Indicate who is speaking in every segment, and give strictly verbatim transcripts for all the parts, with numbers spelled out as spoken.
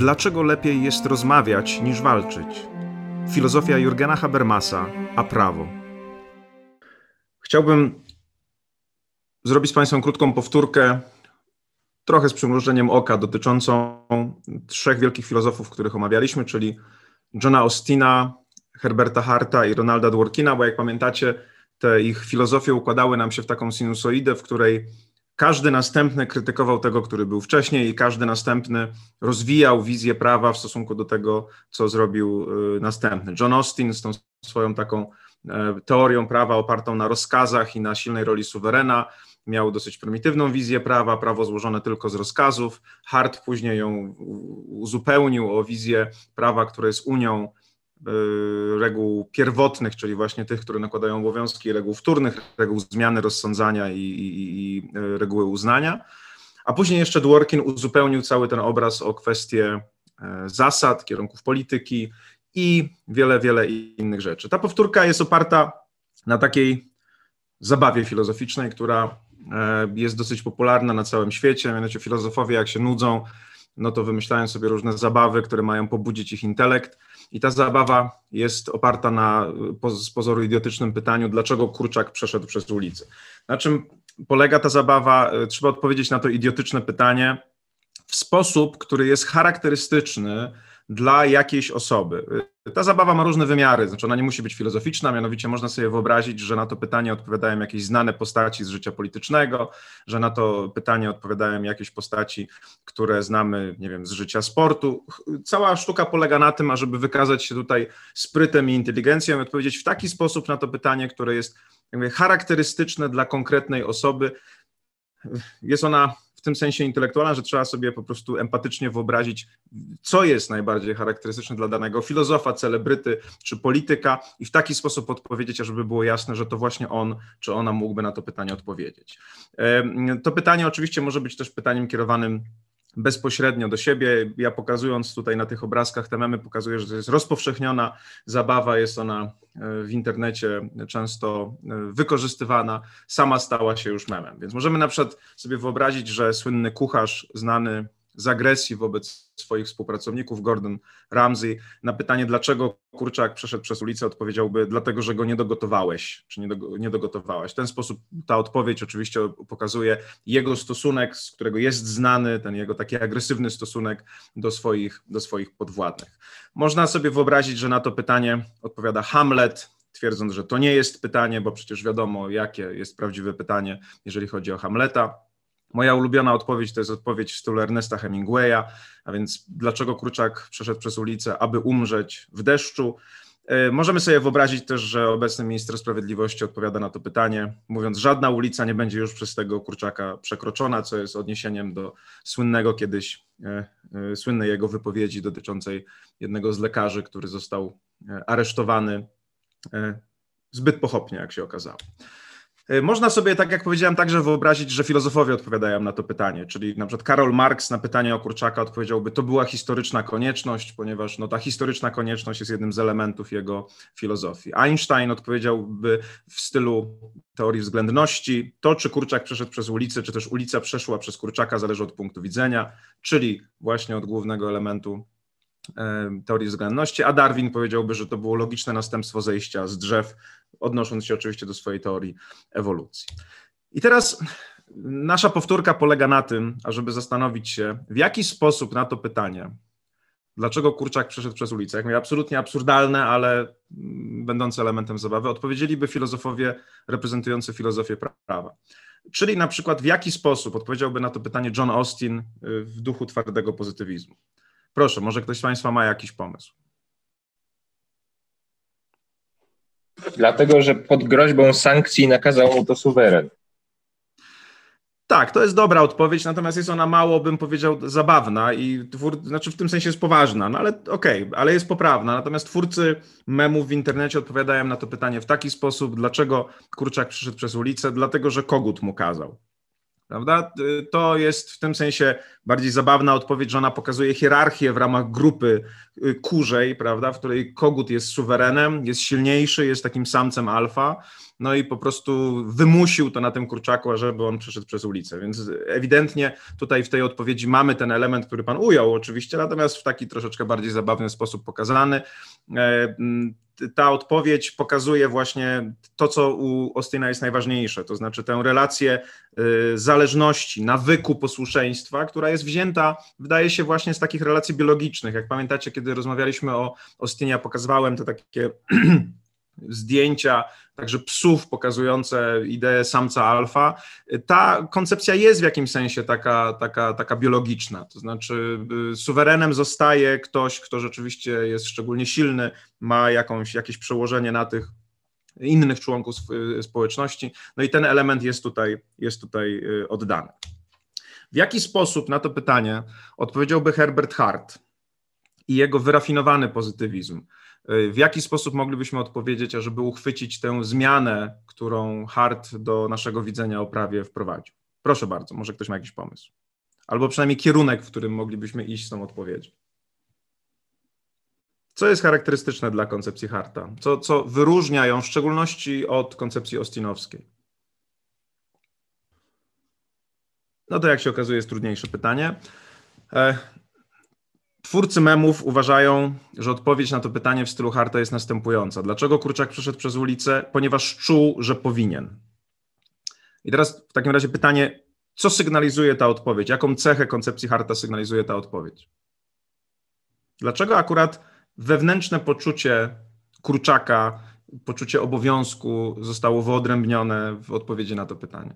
Speaker 1: Dlaczego lepiej jest rozmawiać niż walczyć? Filozofia Jürgena Habermasa, a prawo. Chciałbym zrobić z Państwem krótką powtórkę, trochę z przymrużeniem oka, dotyczącą trzech wielkich filozofów, których omawialiśmy, czyli Johna Austina, Herberta Harta i Ronalda Dworkina, bo jak pamiętacie, te ich filozofie układały nam się w taką sinusoidę, w której każdy następny krytykował tego, który był wcześniej, i każdy następny rozwijał wizję prawa w stosunku do tego, co zrobił następny. John Austin z tą swoją taką teorią prawa opartą na rozkazach i na silnej roli suwerena miał dosyć prymitywną wizję prawa, prawo złożone tylko z rozkazów. Hart później ją uzupełnił o wizję prawa, które jest unią reguł pierwotnych, czyli właśnie tych, które nakładają obowiązki, reguł wtórnych, reguł zmiany, rozsądzania i, i, i reguły uznania. A później jeszcze Dworkin uzupełnił cały ten obraz o kwestie zasad, kierunków polityki i wiele, wiele innych rzeczy. Ta powtórka jest oparta na takiej zabawie filozoficznej, która jest dosyć popularna na całym świecie. Mianowicie filozofowie, jak się nudzą, no to wymyślają sobie różne zabawy, które mają pobudzić ich intelekt. I ta zabawa jest oparta na z pozoru idiotycznym pytaniu, dlaczego kurczak przeszedł przez ulicę. Na czym polega ta zabawa? Trzeba odpowiedzieć na to idiotyczne pytanie w sposób, który jest charakterystyczny dla jakiejś osoby. Ta zabawa ma różne wymiary, znaczy ona nie musi być filozoficzna, mianowicie można sobie wyobrazić, że na to pytanie odpowiadają jakieś znane postaci z życia politycznego, że na to pytanie odpowiadają jakieś postaci, które znamy, nie wiem, z życia sportu. Cała sztuka polega na tym, ażeby wykazać się tutaj sprytem i inteligencją i odpowiedzieć w taki sposób na to pytanie, które jest jakby charakterystyczne dla konkretnej osoby. Jest ona w tym sensie intelektualna, że trzeba sobie po prostu empatycznie wyobrazić, co jest najbardziej charakterystyczne dla danego filozofa, celebryty czy polityka i w taki sposób odpowiedzieć, ażeby było jasne, że to właśnie on czy ona mógłby na to pytanie odpowiedzieć. To pytanie oczywiście może być też pytaniem kierowanym bezpośrednio do siebie. Ja pokazując tutaj na tych obrazkach te memy, pokazuję, że to jest rozpowszechniona zabawa, jest ona w internecie często wykorzystywana, sama stała się już memem. Więc możemy na przykład sobie wyobrazić, że słynny kucharz znany z agresji wobec swoich współpracowników, Gordon Ramsay, na pytanie, dlaczego kurczak przeszedł przez ulicę, odpowiedziałby, dlatego, że go nie dogotowałeś, czy nie, do, nie dogotowałaś. W ten sposób ta odpowiedź oczywiście pokazuje jego stosunek, z którego jest znany, ten jego taki agresywny stosunek do swoich, do swoich podwładnych. Można sobie wyobrazić, że na to pytanie odpowiada Hamlet, twierdząc, że to nie jest pytanie, bo przecież wiadomo, jakie jest prawdziwe pytanie, jeżeli chodzi o Hamleta. Moja ulubiona odpowiedź to jest odpowiedź w stylu Ernesta Hemingwaya, a więc dlaczego kurczak przeszedł przez ulicę, aby umrzeć w deszczu. Możemy sobie wyobrazić też, że obecny minister sprawiedliwości odpowiada na to pytanie, mówiąc, żadna ulica nie będzie już przez tego kurczaka przekroczona, co jest odniesieniem do słynnego kiedyś, słynnej jego wypowiedzi dotyczącej jednego z lekarzy, który został aresztowany zbyt pochopnie, jak się okazało. Można sobie, tak jak powiedziałem, także wyobrazić, że filozofowie odpowiadają na to pytanie, czyli na przykład Karol Marx na pytanie o kurczaka odpowiedziałby, to była historyczna konieczność, ponieważ no, ta historyczna konieczność jest jednym z elementów jego filozofii. Einstein odpowiedziałby w stylu teorii względności, to czy kurczak przeszedł przez ulicę, czy też ulica przeszła przez kurczaka zależy od punktu widzenia, czyli właśnie od głównego elementu teorii względności, a Darwin powiedziałby, że to było logiczne następstwo zejścia z drzew, odnosząc się oczywiście do swojej teorii ewolucji. I teraz nasza powtórka polega na tym, ażeby zastanowić się, w jaki sposób na to pytanie, dlaczego kurczak przeszedł przez ulicę, jak mówię, absolutnie absurdalne, ale będące elementem zabawy, odpowiedzieliby filozofowie reprezentujący filozofię prawa. Czyli na przykład w jaki sposób odpowiedziałby na to pytanie John Austin w duchu twardego pozytywizmu. Proszę, może ktoś z Państwa ma jakiś pomysł?
Speaker 2: Dlatego, że pod groźbą sankcji nakazał mu to suweren.
Speaker 1: Tak, to jest dobra odpowiedź, natomiast jest ona mało, bym powiedział, zabawna i twór, znaczy w tym sensie jest poważna, no ale okej, okay, ale jest poprawna. Natomiast twórcy memów w internecie odpowiadają na to pytanie w taki sposób, dlaczego kurczak przyszedł przez ulicę, dlatego, że kogut mu kazał. Prawda? To jest w tym sensie bardziej zabawna odpowiedź, że ona pokazuje hierarchię w ramach grupy kurzej, prawda, w której kogut jest suwerenem, jest silniejszy, jest takim samcem alfa, no i po prostu wymusił to na tym kurczaku, żeby on przeszedł przez ulicę. Więc ewidentnie tutaj w tej odpowiedzi mamy ten element, który pan ujął oczywiście, natomiast w taki troszeczkę bardziej zabawny sposób pokazany. Ta odpowiedź pokazuje właśnie to, co u Austina jest najważniejsze, to znaczy tę relację zależności, nawyku posłuszeństwa, która jest wzięta, wydaje się, właśnie z takich relacji biologicznych. Jak pamiętacie, kiedy rozmawialiśmy o Austinie, ja pokazywałem te takie zdjęcia, także psów pokazujące ideę samca alfa. Ta koncepcja jest w jakimś sensie taka, taka, taka biologiczna, to znaczy suwerenem zostaje ktoś, kto rzeczywiście jest szczególnie silny, ma jakąś, jakieś przełożenie na tych innych członków społeczności, no i ten element jest tutaj, jest tutaj oddany. W jaki sposób na to pytanie odpowiedziałby Herbert Hart i jego wyrafinowany pozytywizm? W jaki sposób moglibyśmy odpowiedzieć, ażeby uchwycić tę zmianę, którą Hart do naszego widzenia o prawie wprowadził? Proszę bardzo, może ktoś ma jakiś pomysł. Albo przynajmniej kierunek, w którym moglibyśmy iść z tą odpowiedzią. Co jest charakterystyczne dla koncepcji Harta? Co, co wyróżnia ją w szczególności od koncepcji austinowskiej? No to jak się okazuje jest trudniejsze pytanie. Twórcy memów uważają, że odpowiedź na to pytanie w stylu Harta jest następująca. Dlaczego kurczak przeszedł przez ulicę? Ponieważ czuł, że powinien. I teraz w takim razie pytanie, co sygnalizuje ta odpowiedź? Jaką cechę koncepcji Harta sygnalizuje ta odpowiedź? Dlaczego akurat wewnętrzne poczucie kurczaka, poczucie obowiązku zostało wyodrębnione w odpowiedzi na to pytanie?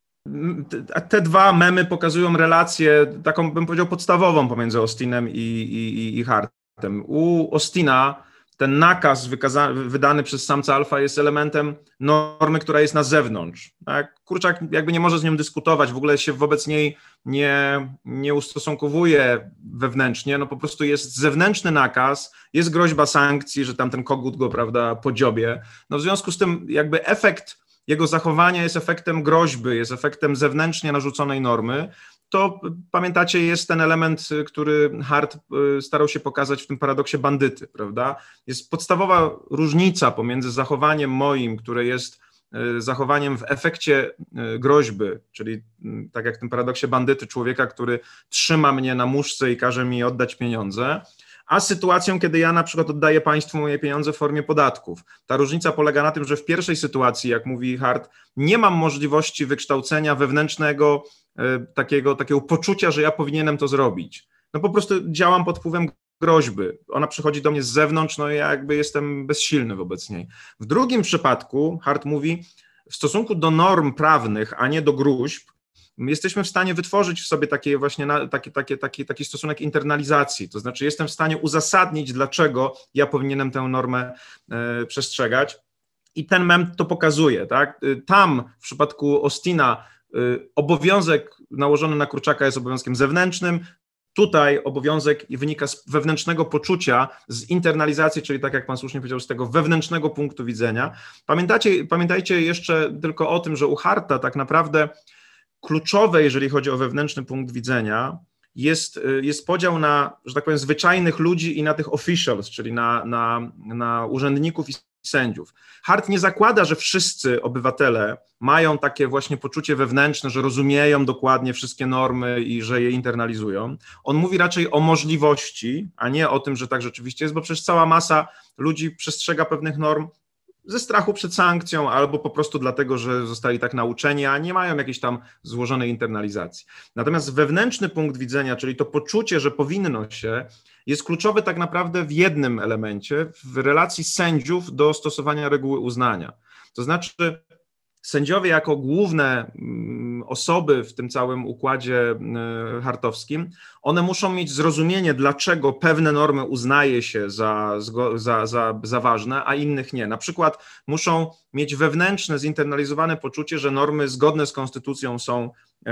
Speaker 1: Te dwa memy pokazują relację, taką bym powiedział podstawową pomiędzy Austinem i, i, i Hartem. U Austina ten nakaz wykaza, wydany przez samca alfa jest elementem normy, która jest na zewnątrz. Tak? Kurczak jakby nie może z nią dyskutować, w ogóle się wobec niej nie, nie ustosunkowuje wewnętrznie, no po prostu jest zewnętrzny nakaz, jest groźba sankcji, że tam ten kogut go, prawda, podziobie. No w związku z tym jakby efekt jego zachowania jest efektem groźby, jest efektem zewnętrznie narzuconej normy, to pamiętacie, jest ten element, który Hart starał się pokazać w tym paradoksie bandyty, prawda? Jest podstawowa różnica pomiędzy zachowaniem moim, które jest zachowaniem w efekcie groźby, czyli tak jak w tym paradoksie bandyty, człowieka, który trzyma mnie na muszce i każe mi oddać pieniądze, a sytuacją, kiedy ja na przykład oddaję państwu moje pieniądze w formie podatków. Ta różnica polega na tym, że w pierwszej sytuacji, jak mówi Hart, nie mam możliwości wykształcenia wewnętrznego e, takiego, takiego poczucia, że ja powinienem to zrobić. No po prostu działam pod wpływem groźby. Ona przychodzi do mnie z zewnątrz, no ja jakby jestem bezsilny wobec niej. W drugim przypadku Hart mówi, w stosunku do norm prawnych, a nie do gruźb, jesteśmy w stanie wytworzyć w sobie takie właśnie taki, taki, taki, taki stosunek internalizacji, to znaczy jestem w stanie uzasadnić, dlaczego ja powinienem tę normę e, przestrzegać i ten mem to pokazuje. Tak? Tam w przypadku Austina e, obowiązek nałożony na kurczaka jest obowiązkiem zewnętrznym, tutaj obowiązek wynika z wewnętrznego poczucia, z internalizacji, czyli tak jak pan słusznie powiedział, z tego wewnętrznego punktu widzenia. Pamiętacie, pamiętajcie jeszcze tylko o tym, że u Harta tak naprawdę kluczowe, jeżeli chodzi o wewnętrzny punkt widzenia, jest, jest podział na, że tak powiem, zwyczajnych ludzi i na tych officials, czyli na, na, na urzędników i sędziów. Hart nie zakłada, że wszyscy obywatele mają takie właśnie poczucie wewnętrzne, że rozumieją dokładnie wszystkie normy i że je internalizują. On mówi raczej o możliwości, a nie o tym, że tak rzeczywiście jest, bo przecież cała masa ludzi przestrzega pewnych norm ze strachu przed sankcją albo po prostu dlatego, że zostali tak nauczeni, a nie mają jakiejś tam złożonej internalizacji. Natomiast wewnętrzny punkt widzenia, czyli to poczucie, że powinno się, jest kluczowe tak naprawdę w jednym elemencie, w relacji sędziów do stosowania reguły uznania. To znaczy sędziowie jako główne osoby w tym całym układzie hartowskim, one muszą mieć zrozumienie, dlaczego pewne normy uznaje się za, za, za, za ważne, a innych nie. Na przykład muszą mieć wewnętrzne, zinternalizowane poczucie, że normy zgodne z konstytucją są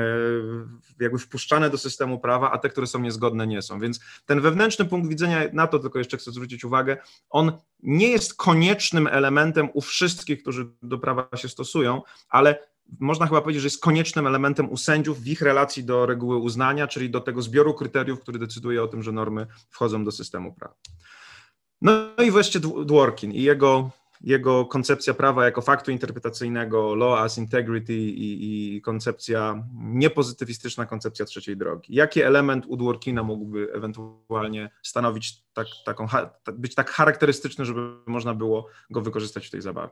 Speaker 1: jakby wpuszczane do systemu prawa, a te, które są niezgodne, nie są. Więc ten wewnętrzny punkt widzenia, na to tylko jeszcze chcę zwrócić uwagę, on nie jest koniecznym elementem u wszystkich, którzy do prawa się stosują, ale można chyba powiedzieć, że jest koniecznym elementem u sędziów w ich relacji do reguły uznania, czyli do tego zbioru kryteriów, który decyduje o tym, że normy wchodzą do systemu prawa. No i wreszcie Dworkin i jego, jego koncepcja prawa jako faktu interpretacyjnego, law as integrity i, i koncepcja niepozytywistyczna, koncepcja trzeciej drogi. Jaki element u Dworkina mógłby ewentualnie stanowić tak, taką, być tak charakterystyczny, żeby można było go wykorzystać w tej zabawie?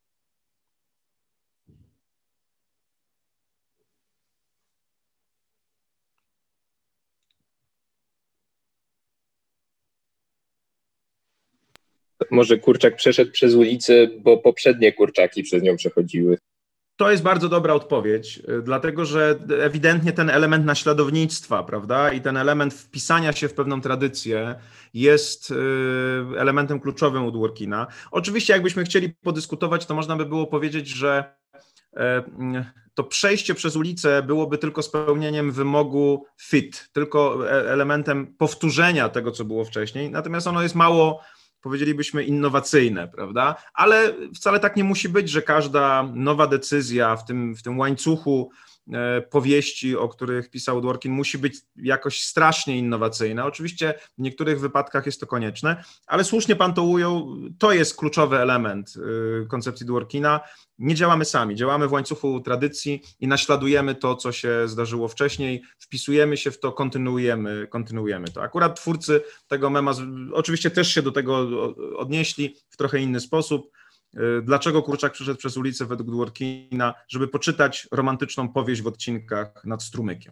Speaker 2: Może kurczak przeszedł przez ulicę, bo poprzednie kurczaki przez nią przechodziły.
Speaker 1: To jest bardzo dobra odpowiedź, dlatego że ewidentnie ten element naśladownictwa, prawda, i ten element wpisania się w pewną tradycję jest elementem kluczowym u Dworkina. Oczywiście jakbyśmy chcieli podyskutować, to można by było powiedzieć, że to przejście przez ulicę byłoby tylko spełnieniem wymogu fit, tylko elementem powtórzenia tego, co było wcześniej, natomiast ono jest mało, powiedzielibyśmy, innowacyjne, prawda? Ale wcale tak nie musi być, że każda nowa decyzja w tym, w tym łańcuchu powieści, o których pisał Dworkin, musi być jakoś strasznie innowacyjna. Oczywiście w niektórych wypadkach jest to konieczne, ale słusznie pan to ujął, to jest kluczowy element koncepcji Dworkina. Nie działamy sami, działamy w łańcuchu tradycji i naśladujemy to, co się zdarzyło wcześniej, wpisujemy się w to, kontynuujemy, kontynuujemy to. Akurat twórcy tego mema oczywiście też się do tego odnieśli w trochę inny sposób. Dlaczego kurczak przeszedł przez ulicę według Dworkina? Żeby poczytać romantyczną powieść w odcinkach nad strumykiem.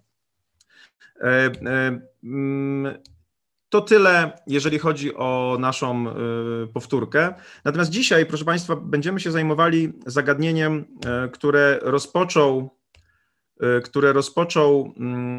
Speaker 1: To tyle, jeżeli chodzi o naszą powtórkę. Natomiast dzisiaj, proszę Państwa, będziemy się zajmowali zagadnieniem, które rozpoczął, które rozpoczął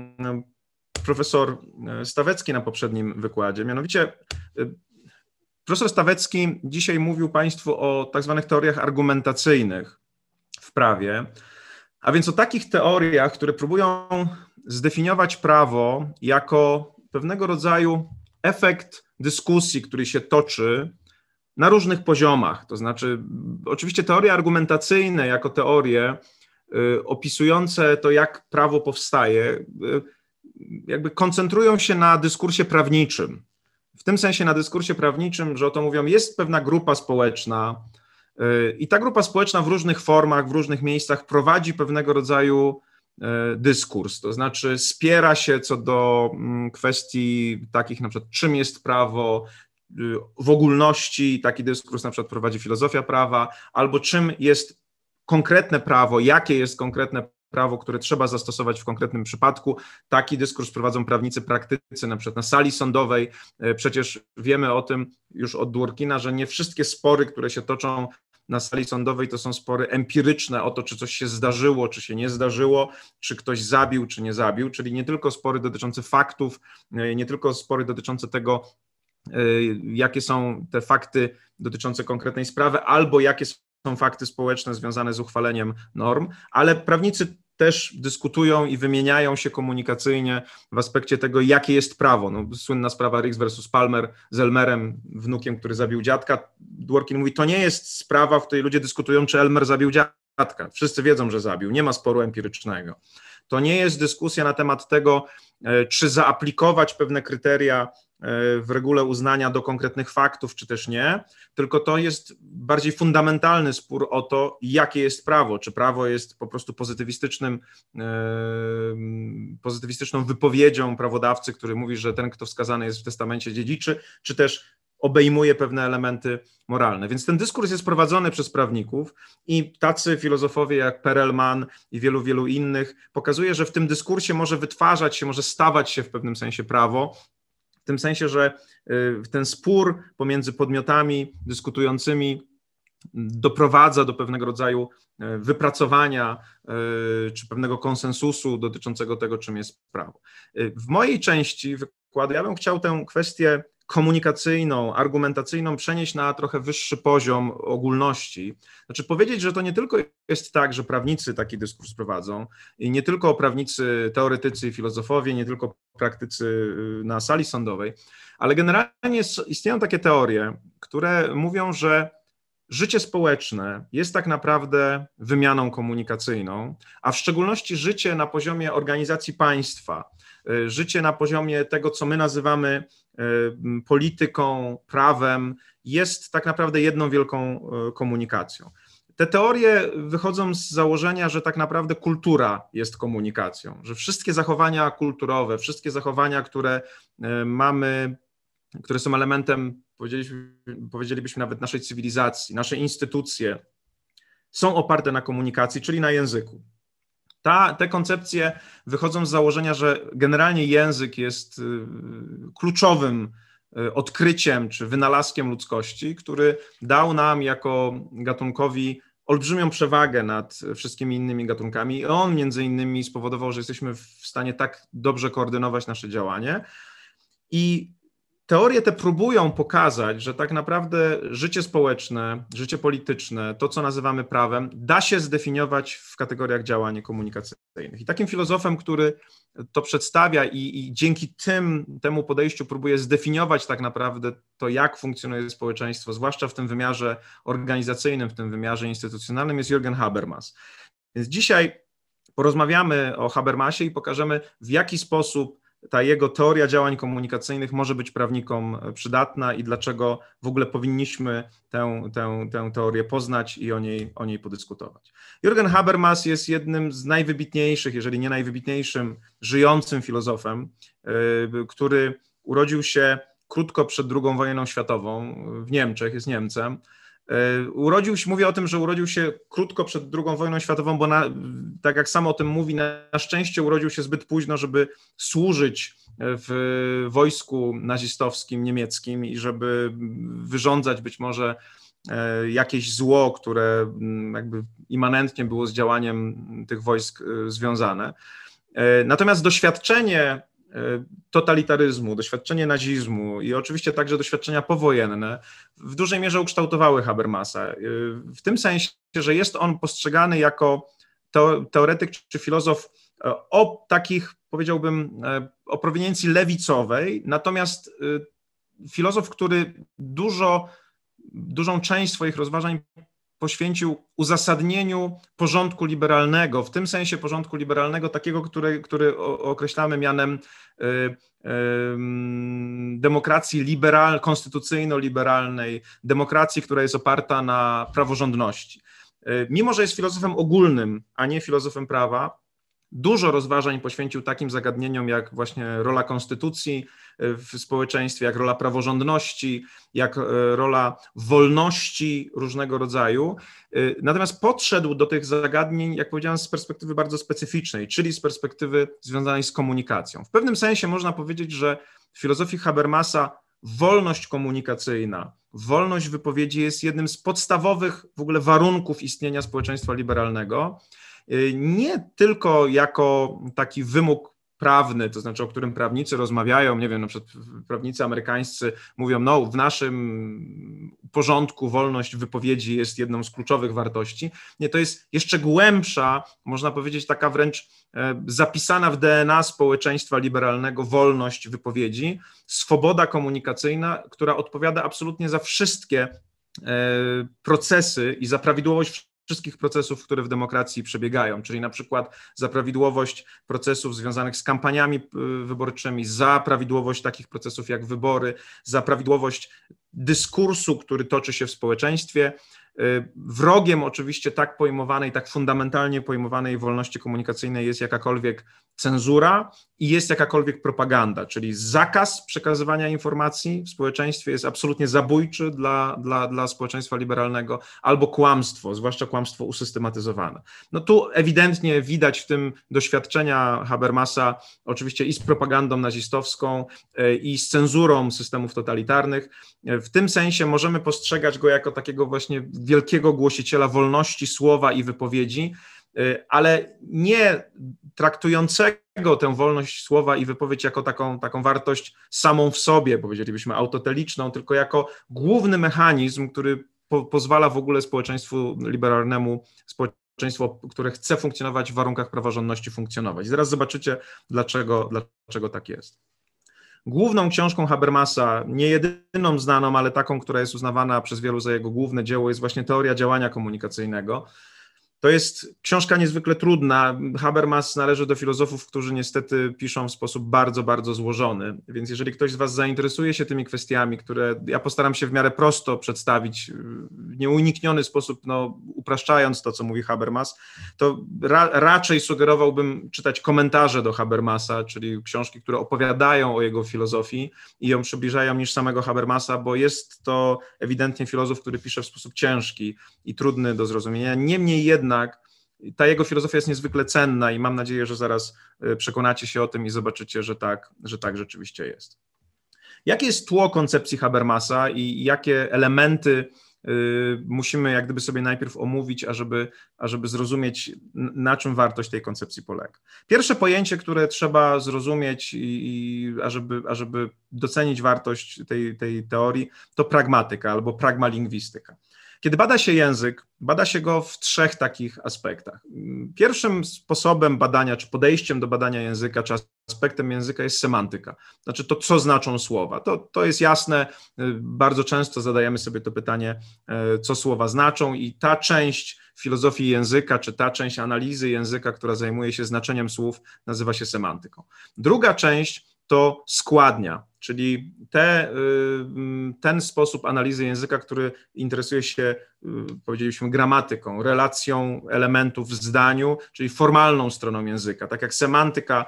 Speaker 1: profesor Stawecki na poprzednim wykładzie. Mianowicie profesor Stawecki dzisiaj mówił Państwu o tak zwanych teoriach argumentacyjnych w prawie, a więc o takich teoriach, które próbują zdefiniować prawo jako pewnego rodzaju efekt dyskusji, który się toczy na różnych poziomach. To znaczy, oczywiście teorie argumentacyjne jako teorie y, opisujące to, jak prawo powstaje, y, jakby koncentrują się na dyskursie prawniczym. W tym sensie na dyskursie prawniczym, że o to mówią, jest pewna grupa społeczna y, i ta grupa społeczna w różnych formach, w różnych miejscach prowadzi pewnego rodzaju dyskurs, to znaczy spiera się co do kwestii takich na przykład czym jest prawo, w ogólności taki dyskurs na przykład prowadzi filozofia prawa, albo czym jest konkretne prawo, jakie jest konkretne prawo, które trzeba zastosować w konkretnym przypadku. Taki dyskurs prowadzą prawnicy praktycy, na przykład na sali sądowej. Przecież wiemy o tym już od Dworkina, że nie wszystkie spory, które się toczą na sali sądowej, to są spory empiryczne o to, czy coś się zdarzyło, czy się nie zdarzyło, czy ktoś zabił, czy nie zabił, czyli nie tylko spory dotyczące faktów, nie tylko spory dotyczące tego, jakie są te fakty dotyczące konkretnej sprawy, albo jakie są fakty społeczne związane z uchwaleniem norm, ale prawnicy też dyskutują i wymieniają się komunikacyjnie w aspekcie tego, jakie jest prawo. No, słynna sprawa Rix versus Palmer z Elmerem, wnukiem, który zabił dziadka. Dworkin mówi, to nie jest sprawa, w której ludzie dyskutują, czy Elmer zabił dziadka. Wszyscy wiedzą, że zabił, nie ma sporu empirycznego. To nie jest dyskusja na temat tego, czy zaaplikować pewne kryteria w regule uznania do konkretnych faktów, czy też nie, tylko to jest bardziej fundamentalny spór o to, jakie jest prawo, czy prawo jest po prostu pozytywistycznym, pozytywistyczną wypowiedzią prawodawcy, który mówi, że ten, kto wskazany jest w testamencie, dziedziczy, czy też obejmuje pewne elementy moralne. Więc ten dyskurs jest prowadzony przez prawników i tacy filozofowie jak Perelman i wielu, wielu innych pokazuje, że w tym dyskursie może wytwarzać się, może stawać się w pewnym sensie prawo, w tym sensie, że ten spór pomiędzy podmiotami dyskutującymi doprowadza do pewnego rodzaju wypracowania czy pewnego konsensusu dotyczącego tego, czym jest prawo. W mojej części wykładu ja bym chciał tę kwestię komunikacyjną, argumentacyjną przenieść na trochę wyższy poziom ogólności. Znaczy powiedzieć, że to nie tylko jest tak, że prawnicy taki dyskurs prowadzą i nie tylko prawnicy, teoretycy i filozofowie, nie tylko praktycy na sali sądowej, ale generalnie istnieją takie teorie, które mówią, że życie społeczne jest tak naprawdę wymianą komunikacyjną, a w szczególności życie na poziomie organizacji państwa, życie na poziomie tego, co my nazywamy polityką, prawem, jest tak naprawdę jedną wielką komunikacją. Te teorie wychodzą z założenia, że tak naprawdę kultura jest komunikacją, że wszystkie zachowania kulturowe, wszystkie zachowania, które mamy, które są elementem, powiedzielibyśmy, powiedzielibyśmy nawet naszej cywilizacji, nasze instytucje, są oparte na komunikacji, czyli na języku. Ta, te koncepcje wychodzą z założenia, że generalnie język jest kluczowym odkryciem czy wynalazkiem ludzkości, który dał nam jako gatunkowi olbrzymią przewagę nad wszystkimi innymi gatunkami. On między innymi spowodował, że jesteśmy w stanie tak dobrze koordynować nasze działanie. I teorie te próbują pokazać, że tak naprawdę życie społeczne, życie polityczne, to co nazywamy prawem, da się zdefiniować w kategoriach działań komunikacyjnych. I takim filozofem, który to przedstawia i, i dzięki tym, temu podejściu próbuje zdefiniować tak naprawdę to, jak funkcjonuje społeczeństwo, zwłaszcza w tym wymiarze organizacyjnym, w tym wymiarze instytucjonalnym, jest Jürgen Habermas. Więc dzisiaj porozmawiamy o Habermasie i pokażemy, w jaki sposób ta jego teoria działań komunikacyjnych może być prawnikom przydatna i dlaczego w ogóle powinniśmy tę, tę, tę teorię poznać i o niej, o niej podyskutować. Jürgen Habermas jest jednym z najwybitniejszych, jeżeli nie najwybitniejszym, żyjącym filozofem, który urodził się krótko przed drugą wojną światową w Niemczech, jest Niemcem. Urodził się, mówię o tym, że urodził się krótko przed drugą wojną światową, bo na, tak jak sam o tym mówi, na szczęście urodził się zbyt późno, żeby służyć w wojsku nazistowskim niemieckim i żeby wyrządzać być może jakieś zło, które jakby immanentnie było z działaniem tych wojsk związane. Natomiast doświadczenie totalitaryzmu, doświadczenie nazizmu i oczywiście także doświadczenia powojenne w dużej mierze ukształtowały Habermasa. W tym sensie, że jest on postrzegany jako teoretyk czy filozof o takich, powiedziałbym, o proweniencji lewicowej, natomiast filozof, który dużo, dużą część swoich rozważań poświęcił uzasadnieniu porządku liberalnego, w tym sensie porządku liberalnego takiego, który, który określamy mianem y, y, demokracji liberal, konstytucyjno-liberalnej, demokracji, która jest oparta na praworządności. Y, mimo że jest filozofem ogólnym, a nie filozofem prawa, dużo rozważań poświęcił takim zagadnieniom jak właśnie rola konstytucji w społeczeństwie, jak rola praworządności, jak rola wolności różnego rodzaju. Natomiast podszedł do tych zagadnień, jak powiedziałem, z perspektywy bardzo specyficznej, czyli z perspektywy związanej z komunikacją. W pewnym sensie można powiedzieć, że w filozofii Habermasa wolność komunikacyjna, wolność wypowiedzi jest jednym z podstawowych w ogóle warunków istnienia społeczeństwa liberalnego, nie tylko jako taki wymóg prawny, to znaczy o którym prawnicy rozmawiają, nie wiem, na przykład prawnicy amerykańscy mówią, no w naszym porządku wolność wypowiedzi jest jedną z kluczowych wartości. Nie, to jest jeszcze głębsza, można powiedzieć taka wręcz zapisana w D N A społeczeństwa liberalnego wolność wypowiedzi, swoboda komunikacyjna, która odpowiada absolutnie za wszystkie procesy i za prawidłowość wszystkich procesów, które w demokracji przebiegają, czyli na przykład za prawidłowość procesów związanych z kampaniami wyborczymi, za prawidłowość takich procesów jak wybory, za prawidłowość dyskursu, który toczy się w społeczeństwie. Wrogiem oczywiście tak pojmowanej, tak fundamentalnie pojmowanej wolności komunikacyjnej jest jakakolwiek cenzura i jest jakakolwiek propaganda, czyli zakaz przekazywania informacji w społeczeństwie jest absolutnie zabójczy dla, dla, dla społeczeństwa liberalnego, albo kłamstwo, zwłaszcza kłamstwo usystematyzowane. No tu ewidentnie widać w tym doświadczenia Habermasa oczywiście i z propagandą nazistowską, i z cenzurą systemów totalitarnych. W tym sensie możemy postrzegać go jako takiego właśnie wielkiego głosiciela wolności słowa i wypowiedzi, ale nie traktującego tę wolność słowa i wypowiedź jako taką, taką wartość samą w sobie, powiedzielibyśmy autoteliczną, tylko jako główny mechanizm, który po, pozwala w ogóle społeczeństwu liberalnemu, społeczeństwo, które chce funkcjonować w warunkach praworządności, funkcjonować. Zaraz zobaczycie, dlaczego, dlaczego tak jest. Główną książką Habermasa, nie jedyną znaną, ale taką, która jest uznawana przez wielu za jego główne dzieło, jest właśnie Teoria działania komunikacyjnego. To jest książka niezwykle trudna. Habermas należy do filozofów, którzy niestety piszą w sposób bardzo, bardzo złożony. Więc jeżeli ktoś z was zainteresuje się tymi kwestiami, które ja postaram się w miarę prosto przedstawić, w nieunikniony sposób, no, upraszczając to, co mówi Habermas, to ra, raczej sugerowałbym czytać komentarze do Habermasa, czyli książki, które opowiadają o jego filozofii i ją przybliżają, niż samego Habermasa, bo jest to ewidentnie filozof, który pisze w sposób ciężki i trudny do zrozumienia. Niemniej jednak Jednak ta jego filozofia jest niezwykle cenna i mam nadzieję, że zaraz przekonacie się o tym i zobaczycie, że tak, że tak rzeczywiście jest. Jakie jest tło koncepcji Habermasa i jakie elementy musimy jak gdyby sobie najpierw omówić, ażeby, ażeby zrozumieć, na czym wartość tej koncepcji polega. Pierwsze pojęcie, które trzeba zrozumieć, i, i ażeby, ażeby docenić wartość tej, tej teorii, to pragmatyka albo pragmalingwistyka. Kiedy bada się język, bada się go w trzech takich aspektach. Pierwszym sposobem badania, czy podejściem do badania języka, czy aspektem języka jest semantyka. Znaczy to, co znaczą słowa. To, to jest jasne, bardzo często zadajemy sobie to pytanie, co słowa znaczą i ta część filozofii języka, czy ta część analizy języka, która zajmuje się znaczeniem słów, nazywa się semantyką. Druga część to składnia, czyli te, ten sposób analizy języka, który interesuje się, powiedzieliśmy, gramatyką, relacją elementów w zdaniu, czyli formalną stroną języka. Tak jak semantyka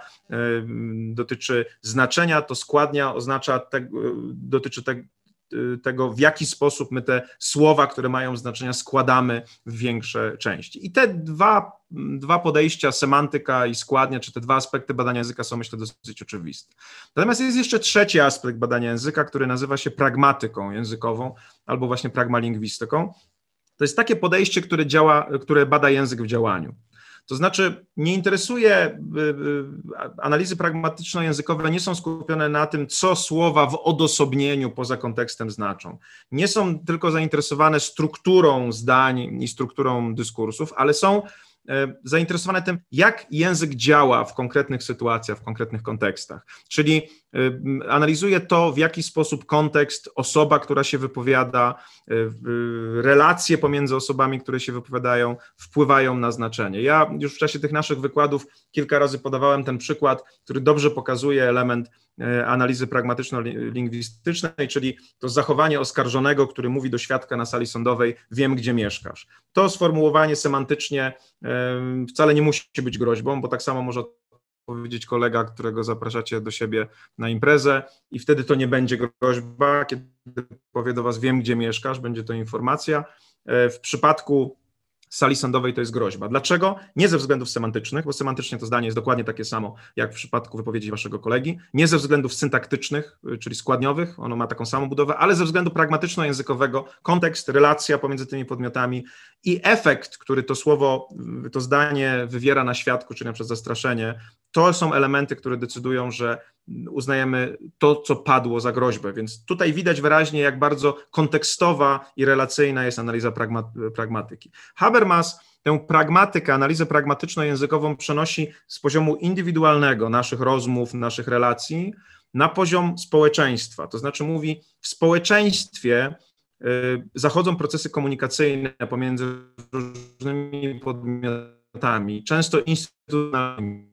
Speaker 1: dotyczy znaczenia, to składnia oznacza te, dotyczy te, tego, w jaki sposób my te słowa, które mają znaczenia, składamy w większe części. I te dwa, dwa podejścia, semantyka i składnia, czy te dwa aspekty badania języka są, myślę, dosyć oczywiste. Natomiast jest jeszcze trzeci aspekt badania języka, który nazywa się pragmatyką językową albo właśnie pragmalingwistyką. To jest takie podejście, które działa, które bada język w działaniu. To znaczy nie interesuje, analizy pragmatyczno-językowe nie są skupione na tym, co słowa w odosobnieniu poza kontekstem znaczą. Nie są tylko zainteresowane strukturą zdań i strukturą dyskursów, ale są zainteresowane tym, jak język działa w konkretnych sytuacjach, w konkretnych kontekstach. Czyli analizuje to, w jaki sposób kontekst, osoba, która się wypowiada, relacje pomiędzy osobami, które się wypowiadają, wpływają na znaczenie. Ja już w czasie tych naszych wykładów kilka razy podawałem ten przykład, który dobrze pokazuje element analizy pragmatyczno-lingwistycznej, czyli to zachowanie oskarżonego, który mówi do świadka na sali sądowej: wiem, gdzie mieszkasz. To sformułowanie semantycznie wcale nie musi być groźbą, bo tak samo może powiedzieć kolega, którego zapraszacie do siebie na imprezę i wtedy to nie będzie groźba. Kiedy powie do was: wiem, gdzie mieszkasz, będzie to informacja. W przypadku sali sądowej to jest groźba. Dlaczego? Nie ze względów semantycznych, bo semantycznie to zdanie jest dokładnie takie samo jak w przypadku wypowiedzi waszego kolegi, nie ze względów syntaktycznych, czyli składniowych, ono ma taką samą budowę, ale ze względu pragmatyczno-językowego, kontekst, relacja pomiędzy tymi podmiotami i efekt, który to słowo, to zdanie wywiera na świadku, czyli na przykład zastraszenie, to są elementy, które decydują, że uznajemy to, co padło, za groźbę. Więc tutaj widać wyraźnie, jak bardzo kontekstowa i relacyjna jest analiza pragma- pragmatyki. Habermas tę pragmatykę, analizę pragmatyczno-językową przenosi z poziomu indywidualnego naszych rozmów, naszych relacji na poziom społeczeństwa. To znaczy mówi, w społeczeństwie y, zachodzą procesy komunikacyjne pomiędzy różnymi podmiotami, często instytucjonalnymi,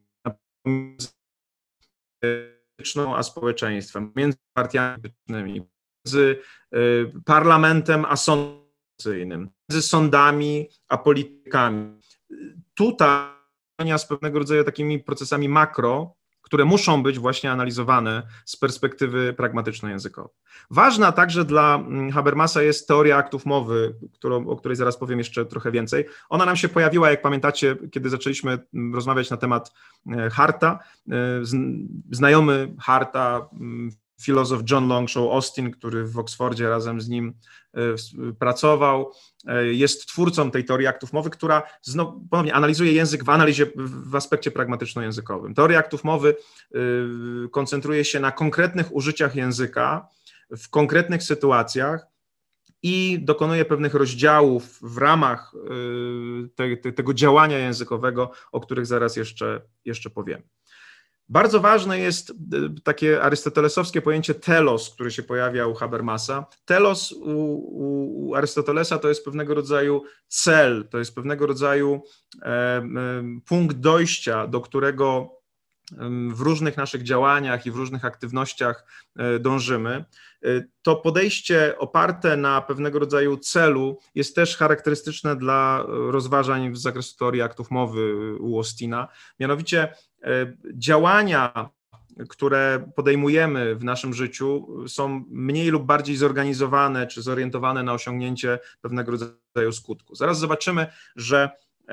Speaker 1: a społeczeństwem, między partiami politycznymi, między parlamentem a sądem konstytucyjnym, między sądami a politykami. Tutaj z pewnego rodzaju takimi procesami makro, które muszą być właśnie analizowane z perspektywy pragmatyczno-językowej. Ważna także dla Habermasa jest teoria aktów mowy, którą, o której zaraz powiem jeszcze trochę więcej. Ona nam się pojawiła, jak pamiętacie, kiedy zaczęliśmy rozmawiać na temat Harta. Znajomy Harta, filozof John Longshaw Austin, który w Oksfordzie razem z nim pracował, jest twórcą tej teorii aktów mowy, która znowu, ponownie analizuje język w analizie, w aspekcie pragmatyczno-językowym. Teoria aktów mowy koncentruje się na konkretnych użyciach języka w konkretnych sytuacjach i dokonuje pewnych rozdziałów w ramach te, te, tego działania językowego, o których zaraz jeszcze, jeszcze powiem. Bardzo ważne jest takie arystotelesowskie pojęcie telos, które się pojawia u Habermasa. Telos u, u, u Arystotelesa to jest pewnego rodzaju cel, to jest pewnego rodzaju e, e, punkt dojścia, do którego w różnych naszych działaniach i w różnych aktywnościach dążymy. To podejście oparte na pewnego rodzaju celu jest też charakterystyczne dla rozważań z zakresu teorii aktów mowy u Austina. Mianowicie działania, które podejmujemy w naszym życiu, są mniej lub bardziej zorganizowane czy zorientowane na osiągnięcie pewnego rodzaju skutku. Zaraz zobaczymy, że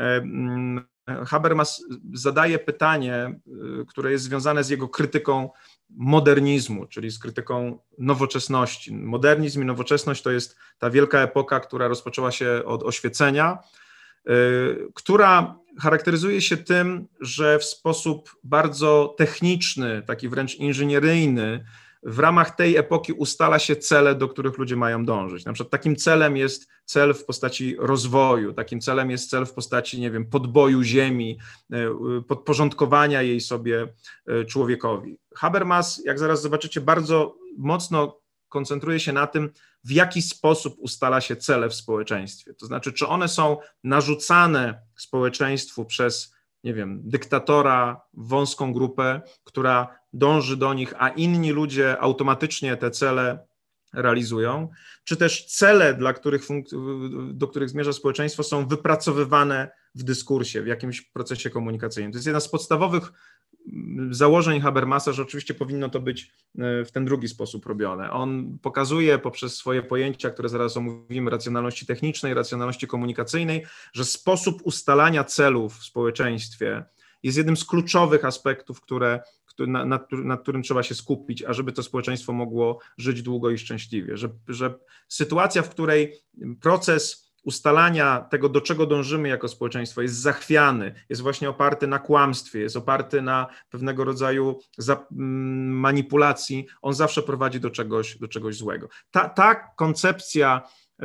Speaker 1: Habermas zadaje pytanie, które jest związane z jego krytyką modernizmu, czyli z krytyką nowoczesności. Modernizm i nowoczesność to jest ta wielka epoka, która rozpoczęła się od oświecenia, która charakteryzuje się tym, że w sposób bardzo techniczny, taki wręcz inżynieryjny, w ramach tej epoki ustala się cele, do których ludzie mają dążyć. Na przykład takim celem jest cel w postaci rozwoju, takim celem jest cel w postaci, nie wiem, podboju ziemi, podporządkowania jej sobie człowiekowi. Habermas, jak zaraz zobaczycie, bardzo mocno koncentruje się na tym, w jaki sposób ustala się cele w społeczeństwie. To znaczy, czy one są narzucane społeczeństwu przez, nie wiem, dyktatora, wąską grupę, która dąży do nich, a inni ludzie automatycznie te cele realizują, czy też cele, dla których, do których zmierza społeczeństwo, są wypracowywane w dyskursie, w jakimś procesie komunikacyjnym. To jest jedna z podstawowych założeń Habermasa, że oczywiście powinno to być w ten drugi sposób robione. On pokazuje poprzez swoje pojęcia, które zaraz omówimy, racjonalności technicznej, racjonalności komunikacyjnej, że sposób ustalania celów w społeczeństwie jest jednym z kluczowych aspektów, które, nad, nad, nad którym trzeba się skupić, ażeby to społeczeństwo mogło żyć długo i szczęśliwie. Że, że sytuacja, w której proces ustalania tego, do czego dążymy jako społeczeństwo, jest zachwiany, jest właśnie oparty na kłamstwie, jest oparty na pewnego rodzaju manipulacji, on zawsze prowadzi do czegoś, do czegoś złego. Ta, ta koncepcja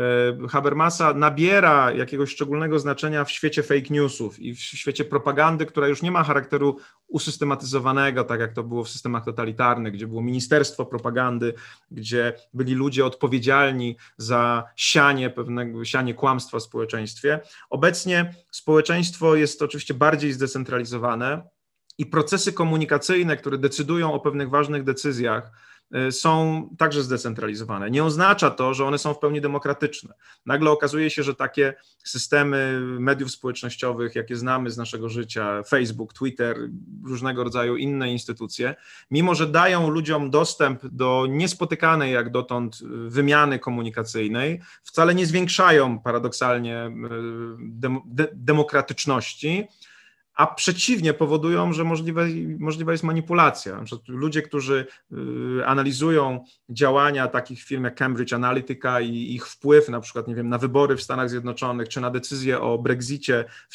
Speaker 1: Habermasa nabiera jakiegoś szczególnego znaczenia w świecie fake newsów i w świecie propagandy, która już nie ma charakteru usystematyzowanego, tak jak to było w systemach totalitarnych, gdzie było ministerstwo propagandy, gdzie byli ludzie odpowiedzialni za sianie pewnego, sianie kłamstwa w społeczeństwie. Obecnie społeczeństwo jest oczywiście bardziej zdecentralizowane i procesy komunikacyjne, które decydują o pewnych ważnych decyzjach, są także zdecentralizowane. Nie oznacza to, że one są w pełni demokratyczne. Nagle okazuje się, że takie systemy mediów społecznościowych, jakie znamy z naszego życia, Facebook, Twitter, różnego rodzaju inne instytucje, mimo że dają ludziom dostęp do niespotykanej jak dotąd wymiany komunikacyjnej, wcale nie zwiększają paradoksalnie dem- de- demokratyczności, a przeciwnie powodują, że możliwe, możliwa jest manipulacja. Na przykład ludzie, którzy analizują działania takich firm jak Cambridge Analytica i ich wpływ na przykład, nie wiem, na wybory w Stanach Zjednoczonych, czy na decyzję o Brexicie w,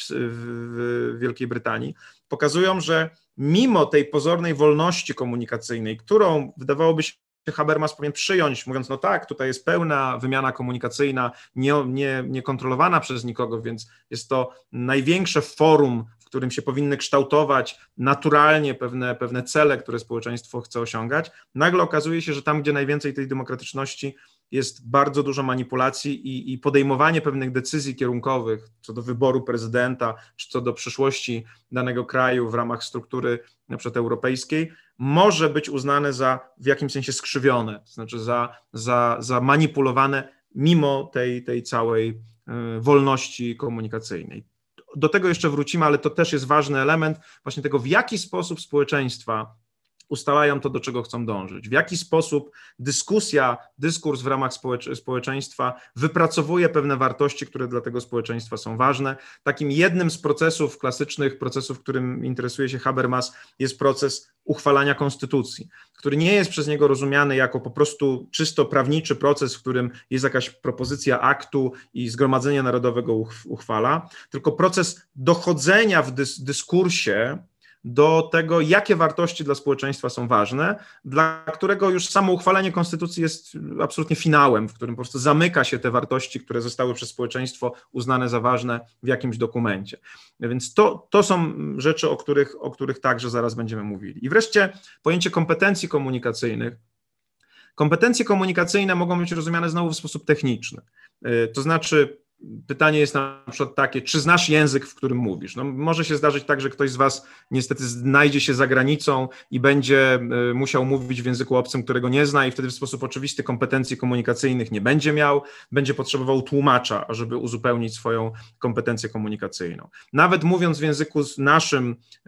Speaker 1: w, w Wielkiej Brytanii, pokazują, że mimo tej pozornej wolności komunikacyjnej, którą wydawałoby się Habermas powinien przyjąć, mówiąc, no tak, tutaj jest pełna wymiana komunikacyjna, nie, nie, nie kontrolowana przez nikogo, więc jest to największe forum, w którym się powinny kształtować naturalnie pewne, pewne cele, które społeczeństwo chce osiągać. Nagle okazuje się, że tam, gdzie najwięcej tej demokratyczności, jest bardzo dużo manipulacji i, i podejmowanie pewnych decyzji kierunkowych co do wyboru prezydenta, czy co do przyszłości danego kraju w ramach struktury na przykład europejskiej, może być uznane za w jakimś sensie skrzywione, to znaczy za, za, za manipulowane mimo tej, tej całej y, wolności komunikacyjnej. Do tego jeszcze wrócimy, ale to też jest ważny element właśnie tego, w jaki sposób społeczeństwa ustalają to, do czego chcą dążyć, w jaki sposób dyskusja, dyskurs w ramach społecz- społeczeństwa wypracowuje pewne wartości, które dla tego społeczeństwa są ważne. Takim jednym z procesów, klasycznych procesów, którym interesuje się Habermas, jest proces uchwalania konstytucji, który nie jest przez niego rozumiany jako po prostu czysto prawniczy proces, w którym jest jakaś propozycja aktu i Zgromadzenie Narodowego uchwala, tylko proces dochodzenia w dys- dyskursie do tego, jakie wartości dla społeczeństwa są ważne, dla którego już samo uchwalenie konstytucji jest absolutnie finałem, w którym po prostu zamyka się te wartości, które zostały przez społeczeństwo uznane za ważne w jakimś dokumencie. Więc to, to są rzeczy, o których, o których także zaraz będziemy mówili. I wreszcie pojęcie kompetencji komunikacyjnych. Kompetencje komunikacyjne mogą być rozumiane znowu w sposób techniczny. To znaczy, pytanie jest na przykład takie, czy znasz język, w którym mówisz? No, może się zdarzyć tak, że ktoś z was niestety znajdzie się za granicą i będzie musiał mówić w języku obcym, którego nie zna i wtedy w sposób oczywisty kompetencji komunikacyjnych nie będzie miał, będzie potrzebował tłumacza, żeby uzupełnić swoją kompetencję komunikacyjną. Nawet mówiąc w języku naszym, yy,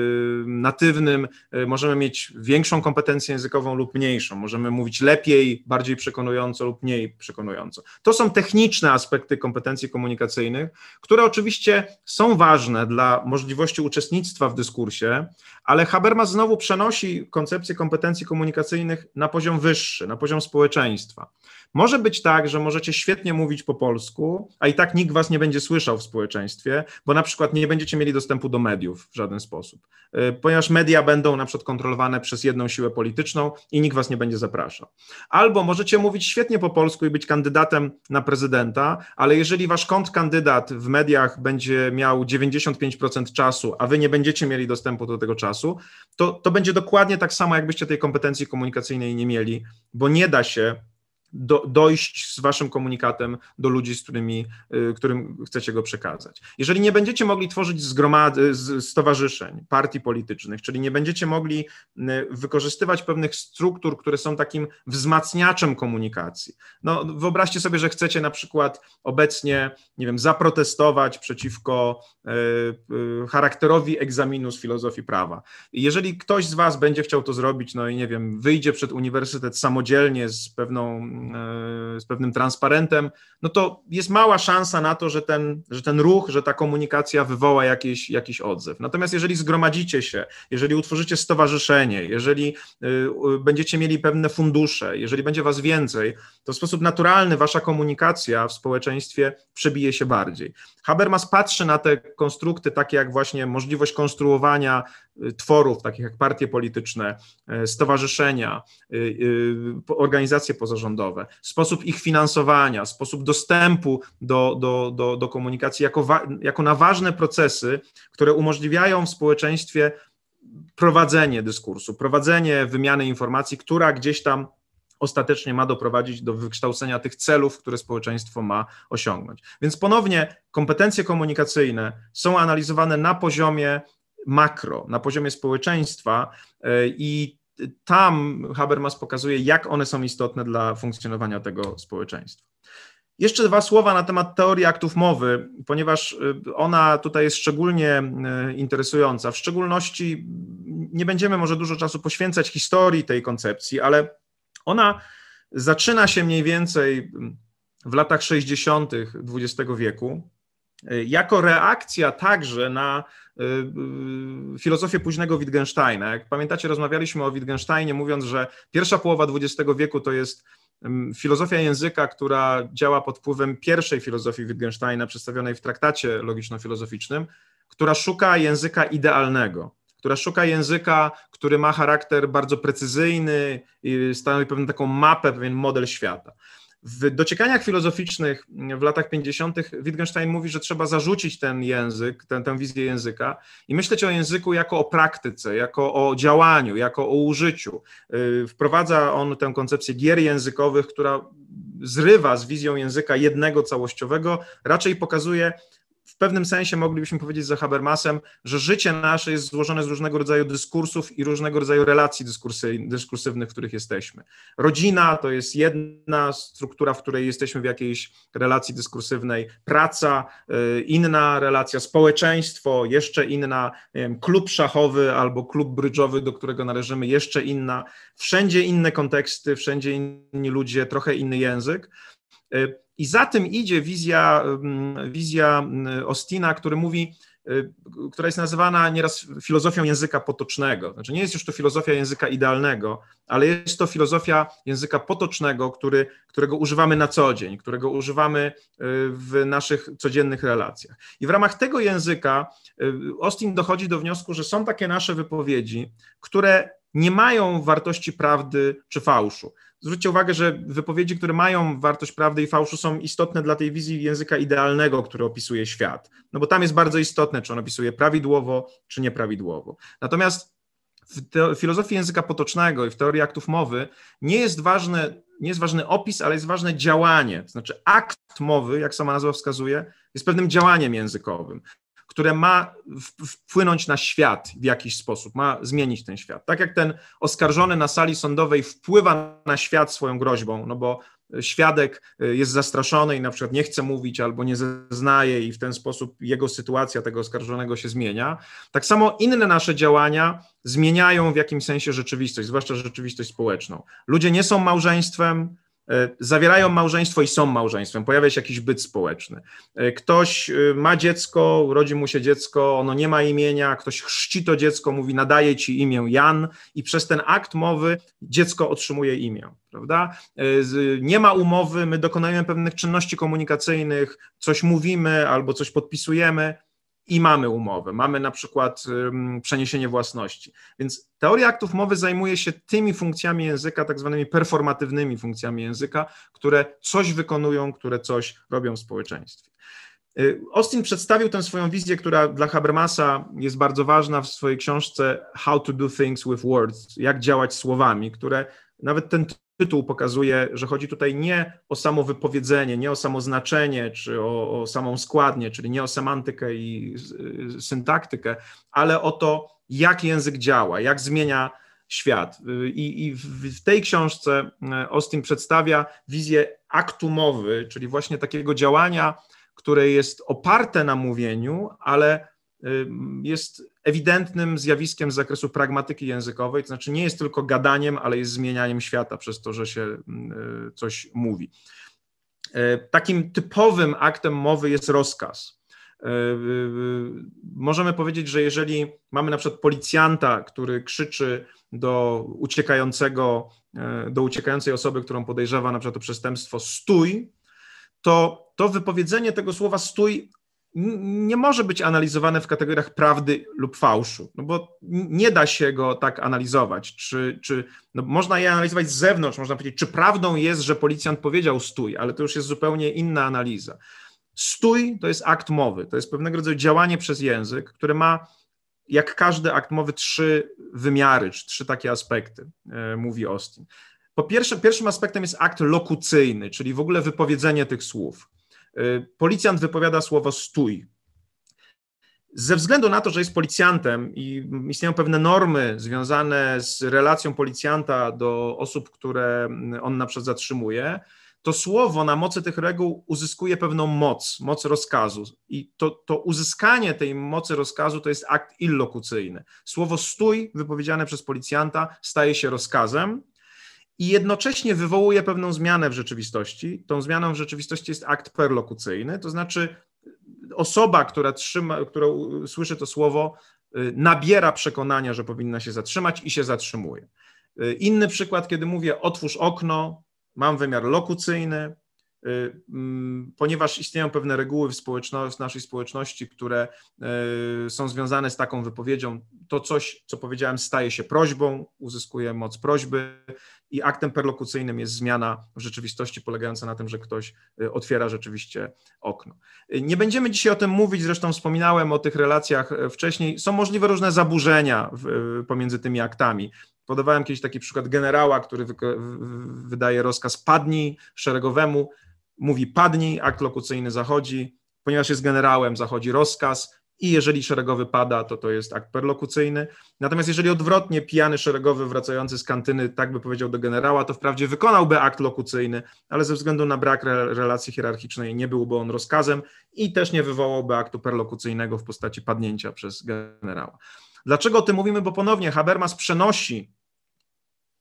Speaker 1: natywnym, yy, możemy mieć większą kompetencję językową lub mniejszą. Możemy mówić lepiej, bardziej przekonująco lub mniej przekonująco. To są techniczne aspekty kompetencji kompetencji komunikacyjnych, które oczywiście są ważne dla możliwości uczestnictwa w dyskursie, ale Habermas znowu przenosi koncepcję kompetencji komunikacyjnych na poziom wyższy, na poziom społeczeństwa. Może być tak, że możecie świetnie mówić po polsku, a i tak nikt was nie będzie słyszał w społeczeństwie, bo na przykład nie będziecie mieli dostępu do mediów w żaden sposób, ponieważ media będą na przykład kontrolowane przez jedną siłę polityczną i nikt was nie będzie zapraszał. Albo możecie mówić świetnie po polsku i być kandydatem na prezydenta, ale jeżeli wasz kontrkandydat w mediach będzie miał dziewięćdziesiąt pięć procent czasu, a wy nie będziecie mieli dostępu do tego czasu, to, to będzie dokładnie tak samo, jakbyście tej kompetencji komunikacyjnej nie mieli, bo nie da się Do, dojść z waszym komunikatem do ludzi, z którymi, którym chcecie go przekazać. Jeżeli nie będziecie mogli tworzyć zgromady, stowarzyszeń, partii politycznych, czyli nie będziecie mogli wykorzystywać pewnych struktur, które są takim wzmacniaczem komunikacji. No, wyobraźcie sobie, że chcecie na przykład obecnie, nie wiem, zaprotestować przeciwko y, y, charakterowi egzaminu z filozofii prawa. Jeżeli ktoś z was będzie chciał to zrobić, no i nie wiem, wyjdzie przed uniwersytet samodzielnie z pewną z pewnym transparentem, no to jest mała szansa na to, że ten, że ten ruch, że ta komunikacja wywoła jakiś, jakiś odzew. Natomiast jeżeli zgromadzicie się, jeżeli utworzycie stowarzyszenie, jeżeli będziecie mieli pewne fundusze, jeżeli będzie was więcej, to w sposób naturalny wasza komunikacja w społeczeństwie przebije się bardziej. Habermas patrzy na te konstrukty, takie jak właśnie możliwość konstruowania tworów, takich jak partie polityczne, stowarzyszenia, organizacje pozarządowe, sposób ich finansowania, sposób dostępu do, do, do, do komunikacji jako, wa, jako na ważne procesy, które umożliwiają w społeczeństwie prowadzenie dyskursu, prowadzenie wymiany informacji, która gdzieś tam ostatecznie ma doprowadzić do wykształcenia tych celów, które społeczeństwo ma osiągnąć. Więc ponownie kompetencje komunikacyjne są analizowane na poziomie makro, na poziomie społeczeństwa i tam Habermas pokazuje, jak one są istotne dla funkcjonowania tego społeczeństwa. Jeszcze dwa słowa na temat teorii aktów mowy, ponieważ ona tutaj jest szczególnie interesująca. W szczególności nie będziemy może dużo czasu poświęcać historii tej koncepcji, ale ona zaczyna się mniej więcej w latach sześćdziesiątych dwudziestego wieku jako reakcja także na filozofię późnego Wittgensteina. Jak pamiętacie, rozmawialiśmy o Wittgensteinie, mówiąc, że pierwsza połowa dwudziestego wieku to jest filozofia języka, która działa pod wpływem pierwszej filozofii Wittgensteina przedstawionej w traktacie logiczno-filozoficznym, która szuka języka idealnego, która szuka języka, który ma charakter bardzo precyzyjny i stanowi pewną taką mapę, pewien model świata. W dociekaniach filozoficznych w latach pięćdziesiątych Wittgenstein mówi, że trzeba zarzucić ten język, tę, tę wizję języka i myśleć o języku jako o praktyce, jako o działaniu, jako o użyciu. Wprowadza on tę koncepcję gier językowych, która zrywa z wizją języka jednego, całościowego, raczej pokazuje, w pewnym sensie moglibyśmy powiedzieć za Habermasem, że życie nasze jest złożone z różnego rodzaju dyskursów i różnego rodzaju relacji dyskursywnych, w których jesteśmy. Rodzina to jest jedna struktura, w której jesteśmy w jakiejś relacji dyskursywnej, praca, inna relacja, społeczeństwo, jeszcze inna, nie wiem, klub szachowy albo klub brydżowy, do którego należymy, jeszcze inna, wszędzie inne konteksty, wszędzie inni ludzie, trochę inny język. I za tym idzie wizja, wizja Austina, który mówi, która jest nazywana nieraz filozofią języka potocznego. Znaczy nie jest już to filozofia języka idealnego, ale jest to filozofia języka potocznego, który, którego używamy na co dzień, którego używamy w naszych codziennych relacjach. I w ramach tego języka Austin dochodzi do wniosku, że są takie nasze wypowiedzi, które nie mają wartości prawdy czy fałszu. Zwróćcie uwagę, że wypowiedzi, które mają wartość prawdy i fałszu, są istotne dla tej wizji języka idealnego, który opisuje świat. No bo tam jest bardzo istotne, czy on opisuje prawidłowo, czy nieprawidłowo. Natomiast w, te, w filozofii języka potocznego i w teorii aktów mowy nie jest ważny, nie jest ważny opis, ale jest ważne działanie. To znaczy akt mowy, jak sama nazwa wskazuje, jest pewnym działaniem językowym, które ma wpłynąć na świat w jakiś sposób, ma zmienić ten świat. Tak jak ten oskarżony na sali sądowej wpływa na świat swoją groźbą, no bo świadek jest zastraszony i na przykład nie chce mówić albo nie zeznaje i w ten sposób jego sytuacja tego oskarżonego się zmienia. Tak samo inne nasze działania zmieniają w jakimś sensie rzeczywistość, zwłaszcza rzeczywistość społeczną. Ludzie nie są małżeństwem, zawierają małżeństwo i są małżeństwem, pojawia się jakiś byt społeczny. Ktoś ma dziecko, rodzi mu się dziecko, ono nie ma imienia, ktoś chrzci to dziecko, mówi nadaje ci imię Jan i przez ten akt mowy dziecko otrzymuje imię, prawda? Nie ma umowy, my dokonujemy pewnych czynności komunikacyjnych, coś mówimy albo coś podpisujemy i mamy umowę, mamy na przykład um, przeniesienie własności. Więc teoria aktów mowy zajmuje się tymi funkcjami języka, tak zwanymi performatywnymi funkcjami języka, które coś wykonują, które coś robią w społeczeństwie. Austin przedstawił tę swoją wizję, która dla Habermasa jest bardzo ważna w swojej książce How to do things with words, jak działać słowami, które nawet ten tytuł pokazuje, że chodzi tutaj nie o samo wypowiedzenie, nie o samo znaczenie, czy o, o samą składnię, czyli nie o semantykę i syntaktykę, ale o to, jak język działa, jak zmienia świat. I, i w tej książce Austin przedstawia wizję aktu mowy, czyli właśnie takiego działania, które jest oparte na mówieniu, ale jest ewidentnym zjawiskiem z zakresu pragmatyki językowej, to znaczy nie jest tylko gadaniem, ale jest zmienianiem świata przez to, że się coś mówi. Takim typowym aktem mowy jest rozkaz. Możemy powiedzieć, że jeżeli mamy na przykład policjanta, który krzyczy do uciekającego, do uciekającej osoby, którą podejrzewa na przykład o przestępstwo, stój, to to wypowiedzenie tego słowa stój nie może być analizowane w kategoriach prawdy lub fałszu, no bo nie da się go tak analizować. Czy, czy, no można je analizować z zewnątrz, można powiedzieć, czy prawdą jest, że policjant powiedział stój, ale to już jest zupełnie inna analiza. Stój to jest akt mowy, to jest pewnego rodzaju działanie przez język, które ma, jak każdy akt mowy, trzy wymiary, czy trzy takie aspekty, mówi Austin. Po pierwsze, pierwszym aspektem jest akt lokucyjny, czyli w ogóle wypowiedzenie tych słów. Policjant wypowiada słowo stój. Ze względu na to, że jest policjantem i istnieją pewne normy związane z relacją policjanta do osób, które on na przykład zatrzymuje, to słowo na mocy tych reguł uzyskuje pewną moc, moc rozkazu. I to, to uzyskanie tej mocy rozkazu to jest akt illokucyjny. Słowo stój wypowiedziane przez policjanta staje się rozkazem i jednocześnie wywołuje pewną zmianę w rzeczywistości. Tą zmianą w rzeczywistości jest akt perlokucyjny, to znaczy osoba, która trzyma, która słyszy to słowo, nabiera przekonania, że powinna się zatrzymać i się zatrzymuje. Inny przykład, kiedy mówię otwórz okno, mam wymiar lokucyjny, ponieważ istnieją pewne reguły w, społeczności, w naszej społeczności, które są związane z taką wypowiedzią, to coś, co powiedziałem, staje się prośbą, uzyskuje moc prośby i aktem perlokucyjnym jest zmiana w rzeczywistości polegająca na tym, że ktoś otwiera rzeczywiście okno. Nie będziemy dzisiaj o tym mówić, zresztą wspominałem o tych relacjach wcześniej. Są możliwe różne zaburzenia w, pomiędzy tymi aktami. Podawałem kiedyś taki przykład generała, który wy, wydaje rozkaz padnij szeregowemu, mówi padnij, akt lokucyjny zachodzi, ponieważ jest generałem, zachodzi rozkaz i jeżeli szeregowy pada, to to jest akt perlokucyjny. Natomiast jeżeli odwrotnie pijany szeregowy wracający z kantyny tak by powiedział do generała, to wprawdzie wykonałby akt lokucyjny, ale ze względu na brak re- relacji hierarchicznej nie byłby on rozkazem i też nie wywołałby aktu perlokucyjnego w postaci padnięcia przez generała. Dlaczego o tym mówimy? Bo ponownie Habermas przenosi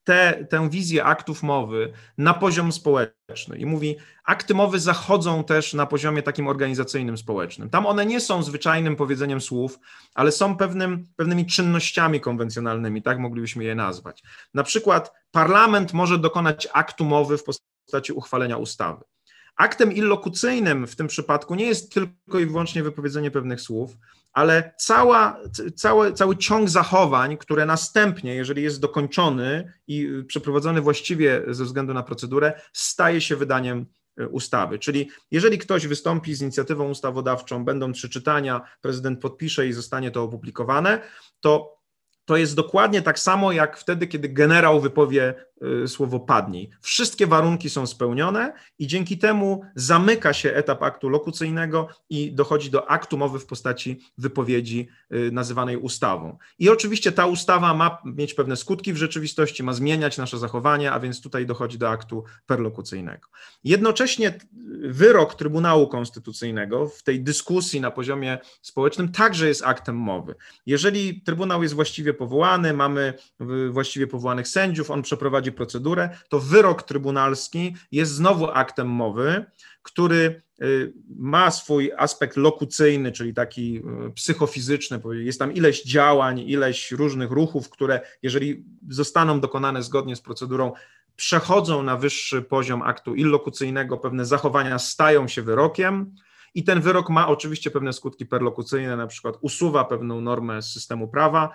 Speaker 1: Te, tę wizję aktów mowy na poziom społeczny i mówi, akty mowy zachodzą też na poziomie takim organizacyjnym, społecznym. Tam one nie są zwyczajnym powiedzeniem słów, ale są pewnym, pewnymi czynnościami konwencjonalnymi, tak moglibyśmy je nazwać. Na przykład parlament może dokonać aktu mowy w postaci uchwalenia ustawy. Aktem illokucyjnym w tym przypadku nie jest tylko i wyłącznie wypowiedzenie pewnych słów, ale cała, cały, cały ciąg zachowań, które następnie, jeżeli jest dokończony i przeprowadzony właściwie ze względu na procedurę, staje się wydaniem ustawy. Czyli jeżeli ktoś wystąpi z inicjatywą ustawodawczą, będą trzy czytania, prezydent podpisze i zostanie to opublikowane, to to jest dokładnie tak samo jak wtedy, kiedy generał wypowie słowo padnij. Wszystkie warunki są spełnione i dzięki temu zamyka się etap aktu lokucyjnego i dochodzi do aktu mowy w postaci wypowiedzi nazywanej ustawą. I oczywiście ta ustawa ma mieć pewne skutki w rzeczywistości, ma zmieniać nasze zachowanie, a więc tutaj dochodzi do aktu perlokucyjnego. Jednocześnie wyrok Trybunału Konstytucyjnego w tej dyskusji na poziomie społecznym także jest aktem mowy. Jeżeli Trybunał jest właściwie powołany, mamy właściwie powołanych sędziów, on przeprowadzi procedurę, to wyrok trybunalski jest znowu aktem mowy, który ma swój aspekt lokucyjny, czyli taki psychofizyczny, jest tam ileś działań, ileś różnych ruchów, które jeżeli zostaną dokonane zgodnie z procedurą, przechodzą na wyższy poziom aktu illokucyjnego, pewne zachowania stają się wyrokiem i ten wyrok ma oczywiście pewne skutki perlokucyjne, na przykład usuwa pewną normę z systemu prawa,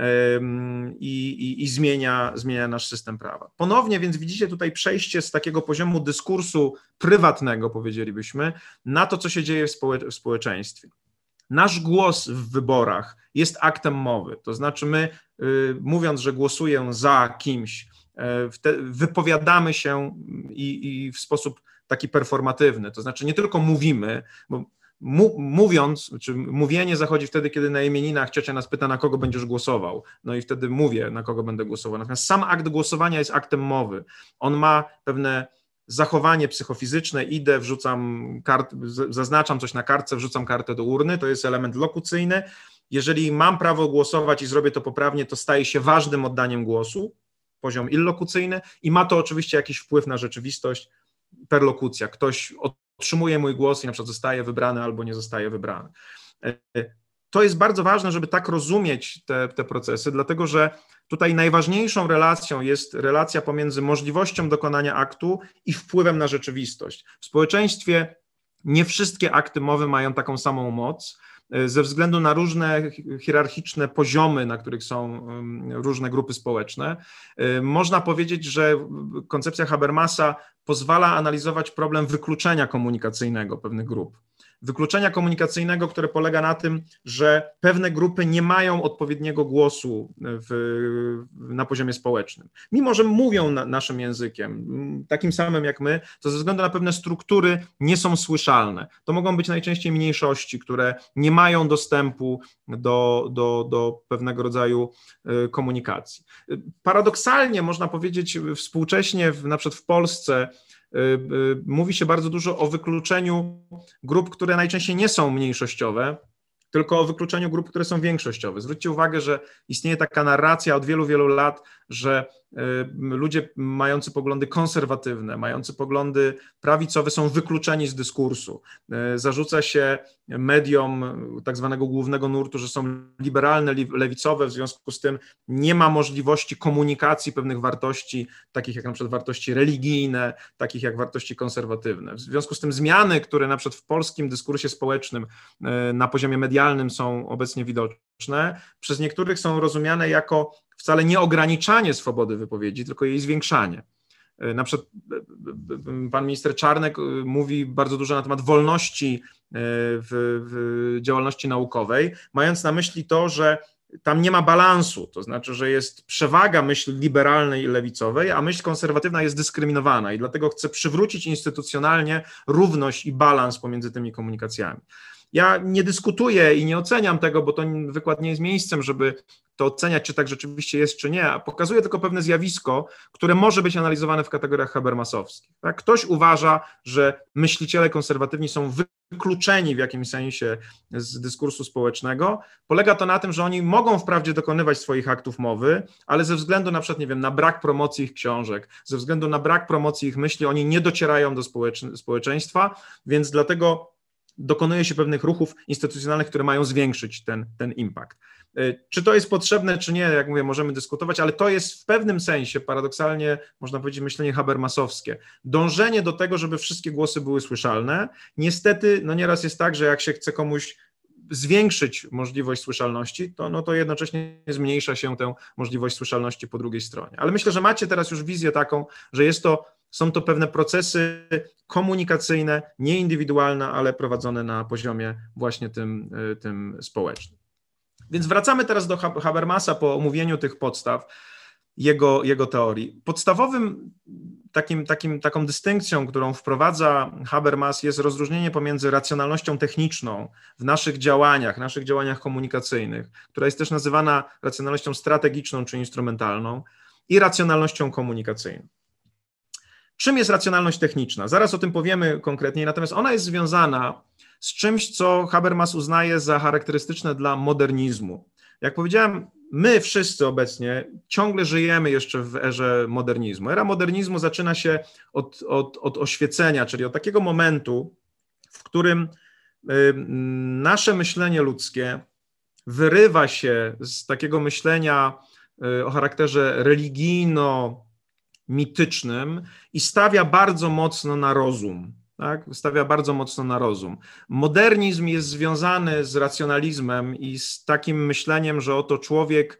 Speaker 1: I, i, i zmienia, zmienia nasz system prawa. Ponownie więc widzicie tutaj przejście z takiego poziomu dyskursu prywatnego, powiedzielibyśmy, na to, co się dzieje w, społecz- w społeczeństwie. Nasz głos w wyborach jest aktem mowy, to znaczy my, y, mówiąc, że głosuję za kimś, y, wte, wypowiadamy się i, i w sposób taki performatywny, to znaczy nie tylko mówimy, bo mówiąc, czy mówienie zachodzi wtedy, kiedy na imieninach ciocia nas pyta, na kogo będziesz głosował, no i wtedy mówię, na kogo będę głosował. Natomiast sam akt głosowania jest aktem mowy. On ma pewne zachowanie psychofizyczne, idę, wrzucam kart, zaznaczam coś na kartce, wrzucam kartę do urny, to jest element lokucyjny. Jeżeli mam prawo głosować i zrobię to poprawnie, to staje się ważnym oddaniem głosu, poziom illokucyjny i ma to oczywiście jakiś wpływ na rzeczywistość, perlokucja. Ktoś otrzymuje mój głos i na przykład zostaje wybrany albo nie zostaje wybrany. To jest bardzo ważne, żeby tak rozumieć te, te procesy, dlatego że tutaj najważniejszą relacją jest relacja pomiędzy możliwością dokonania aktu i wpływem na rzeczywistość. W społeczeństwie nie wszystkie akty mowy mają taką samą moc, ze względu na różne hierarchiczne poziomy, na których są różne grupy społeczne. Można powiedzieć, że koncepcja Habermasa pozwala analizować problem wykluczenia komunikacyjnego pewnych grup. Wykluczenia komunikacyjnego, które polega na tym, że pewne grupy nie mają odpowiedniego głosu w, na poziomie społecznym. Mimo że mówią na, naszym językiem, takim samym jak my, to ze względu na pewne struktury nie są słyszalne. To mogą być najczęściej mniejszości, które nie mają dostępu do, do, do pewnego rodzaju komunikacji. Paradoksalnie można powiedzieć współcześnie, na przykład w Polsce, mówi się bardzo dużo o wykluczeniu grup, które najczęściej nie są mniejszościowe, tylko o wykluczeniu grup, które są większościowe. Zwróćcie uwagę, że istnieje taka narracja od wielu, wielu lat, że ludzie mający poglądy konserwatywne, mający poglądy prawicowe są wykluczeni z dyskursu. Zarzuca się mediom tak zwanego głównego nurtu, że są liberalne, lewicowe, w związku z tym nie ma możliwości komunikacji pewnych wartości, takich jak na przykład wartości religijne, takich jak wartości konserwatywne. W związku z tym zmiany, które na przykład w polskim dyskursie społecznym na poziomie medialnym są obecnie widoczne, przez niektórych są rozumiane jako wcale nie ograniczanie swobody wypowiedzi, tylko jej zwiększanie. Na przykład pan minister Czarnek mówi bardzo dużo na temat wolności w, w działalności naukowej, mając na myśli to, że tam nie ma balansu, to znaczy, że jest przewaga myśli liberalnej i lewicowej, a myśl konserwatywna jest dyskryminowana i dlatego chce przywrócić instytucjonalnie równość i balans pomiędzy tymi komunikacjami. Ja nie dyskutuję i nie oceniam tego, bo to wykład nie jest miejscem, żeby to oceniać, czy tak rzeczywiście jest, czy nie, a pokazuje tylko pewne zjawisko, które może być analizowane w kategoriach habermasowskich. Tak? Ktoś uważa, że myśliciele konserwatywni są wykluczeni w jakimś sensie z dyskursu społecznego. Polega to na tym, że oni mogą wprawdzie dokonywać swoich aktów mowy, ale ze względu na przykład, nie wiem, na brak promocji ich książek, ze względu na brak promocji ich myśli, oni nie docierają do społecz- społeczeństwa, więc dlatego dokonuje się pewnych ruchów instytucjonalnych, które mają zwiększyć ten, ten impact. Czy to jest potrzebne, czy nie, jak mówię, możemy dyskutować, ale to jest w pewnym sensie, paradoksalnie, można powiedzieć, myślenie habermasowskie. Dążenie do tego, żeby wszystkie głosy były słyszalne. Niestety, no nieraz jest tak, że jak się chce komuś zwiększyć możliwość słyszalności, to, no to jednocześnie zmniejsza się tę możliwość słyszalności po drugiej stronie. Ale myślę, że macie teraz już wizję taką, że jest to, są to pewne procesy komunikacyjne, nieindywidualne, ale prowadzone na poziomie właśnie tym, tym społecznym. Więc wracamy teraz do Habermasa po omówieniu tych podstaw jego, jego teorii. Podstawowym takim, takim, taką dystynkcją, którą wprowadza Habermas, jest rozróżnienie pomiędzy racjonalnością techniczną w naszych działaniach, naszych działaniach komunikacyjnych, która jest też nazywana racjonalnością strategiczną czy instrumentalną, i racjonalnością komunikacyjną. Czym jest racjonalność techniczna? Zaraz o tym powiemy konkretniej, natomiast ona jest związana z czymś, co Habermas uznaje za charakterystyczne dla modernizmu. Jak powiedziałem, my wszyscy obecnie ciągle żyjemy jeszcze w erze modernizmu. Era modernizmu zaczyna się od, od, od oświecenia, czyli od takiego momentu, w którym nasze myślenie ludzkie wyrywa się z takiego myślenia o charakterze religijno-mitycznym i stawia bardzo mocno na rozum. Tak? Stawia bardzo mocno na rozum. Modernizm jest związany z racjonalizmem i z takim myśleniem, że oto człowiek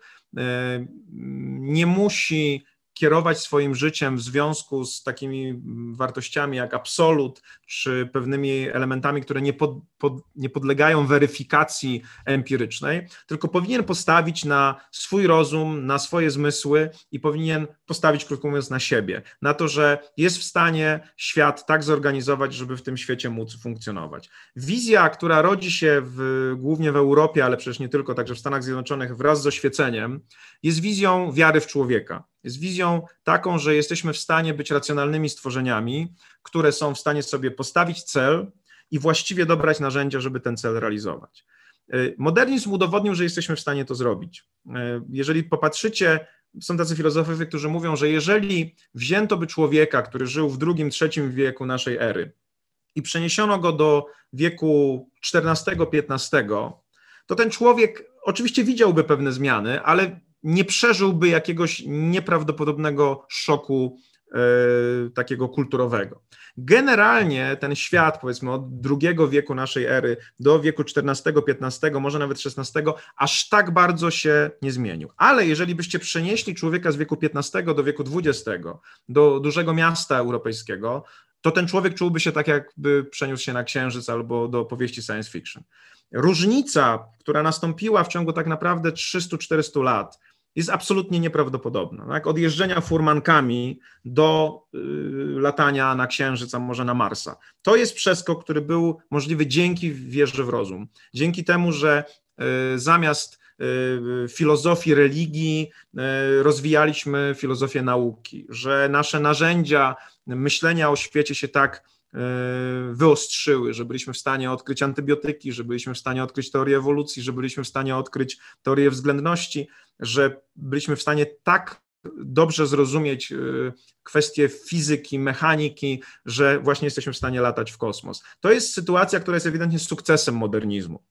Speaker 1: nie musi kierować swoim życiem w związku z takimi wartościami jak absolut, czy pewnymi elementami, które nie, pod, pod, nie podlegają weryfikacji empirycznej, tylko powinien postawić na swój rozum, na swoje zmysły i powinien postawić, krótko mówiąc, na siebie, na to, że jest w stanie świat tak zorganizować, żeby w tym świecie móc funkcjonować. Wizja, która rodzi się w, głównie w Europie, ale przecież nie tylko, także w Stanach Zjednoczonych wraz z oświeceniem, jest wizją wiary w człowieka. Jest wizją taką, że jesteśmy w stanie być racjonalnymi stworzeniami, które są w stanie sobie postawić cel i właściwie dobrać narzędzia, żeby ten cel realizować. Modernizm udowodnił, że jesteśmy w stanie to zrobić. Jeżeli popatrzycie, są tacy filozofowie, którzy mówią, że jeżeli wzięto by człowieka, który żył w drugim, trzecim wieku naszej ery i przeniesiono go do wieku czternastego, piętnastego, to ten człowiek oczywiście widziałby pewne zmiany, ale nie przeżyłby jakiegoś nieprawdopodobnego szoku e, takiego kulturowego. Generalnie ten świat, powiedzmy od drugiego wieku naszej ery do wieku czternastego, piętnastego, może nawet szesnastego, aż tak bardzo się nie zmienił. Ale jeżeli byście przenieśli człowieka z wieku piętnastego do wieku dwudziestego, do dużego miasta europejskiego, to ten człowiek czułby się tak, jakby przeniósł się na Księżyc albo do opowieści science fiction. Różnica, która nastąpiła w ciągu tak naprawdę trzystu czterystu lat, jest absolutnie nieprawdopodobna. Tak? Od jeżdżenia furmankami do y, latania na Księżyc, a może na Marsa. To jest przeskok, który był możliwy dzięki wierze w rozum. Dzięki temu, że y, zamiast y, filozofii religii y, rozwijaliśmy filozofię nauki, że nasze narzędzia myślenia o świecie się tak wyostrzyły, że byliśmy w stanie odkryć antybiotyki, że byliśmy w stanie odkryć teorię ewolucji, że byliśmy w stanie odkryć teorię względności, że byliśmy w stanie tak dobrze zrozumieć kwestie fizyki, mechaniki, że właśnie jesteśmy w stanie latać w kosmos. To jest sytuacja, która jest ewidentnie sukcesem modernizmu.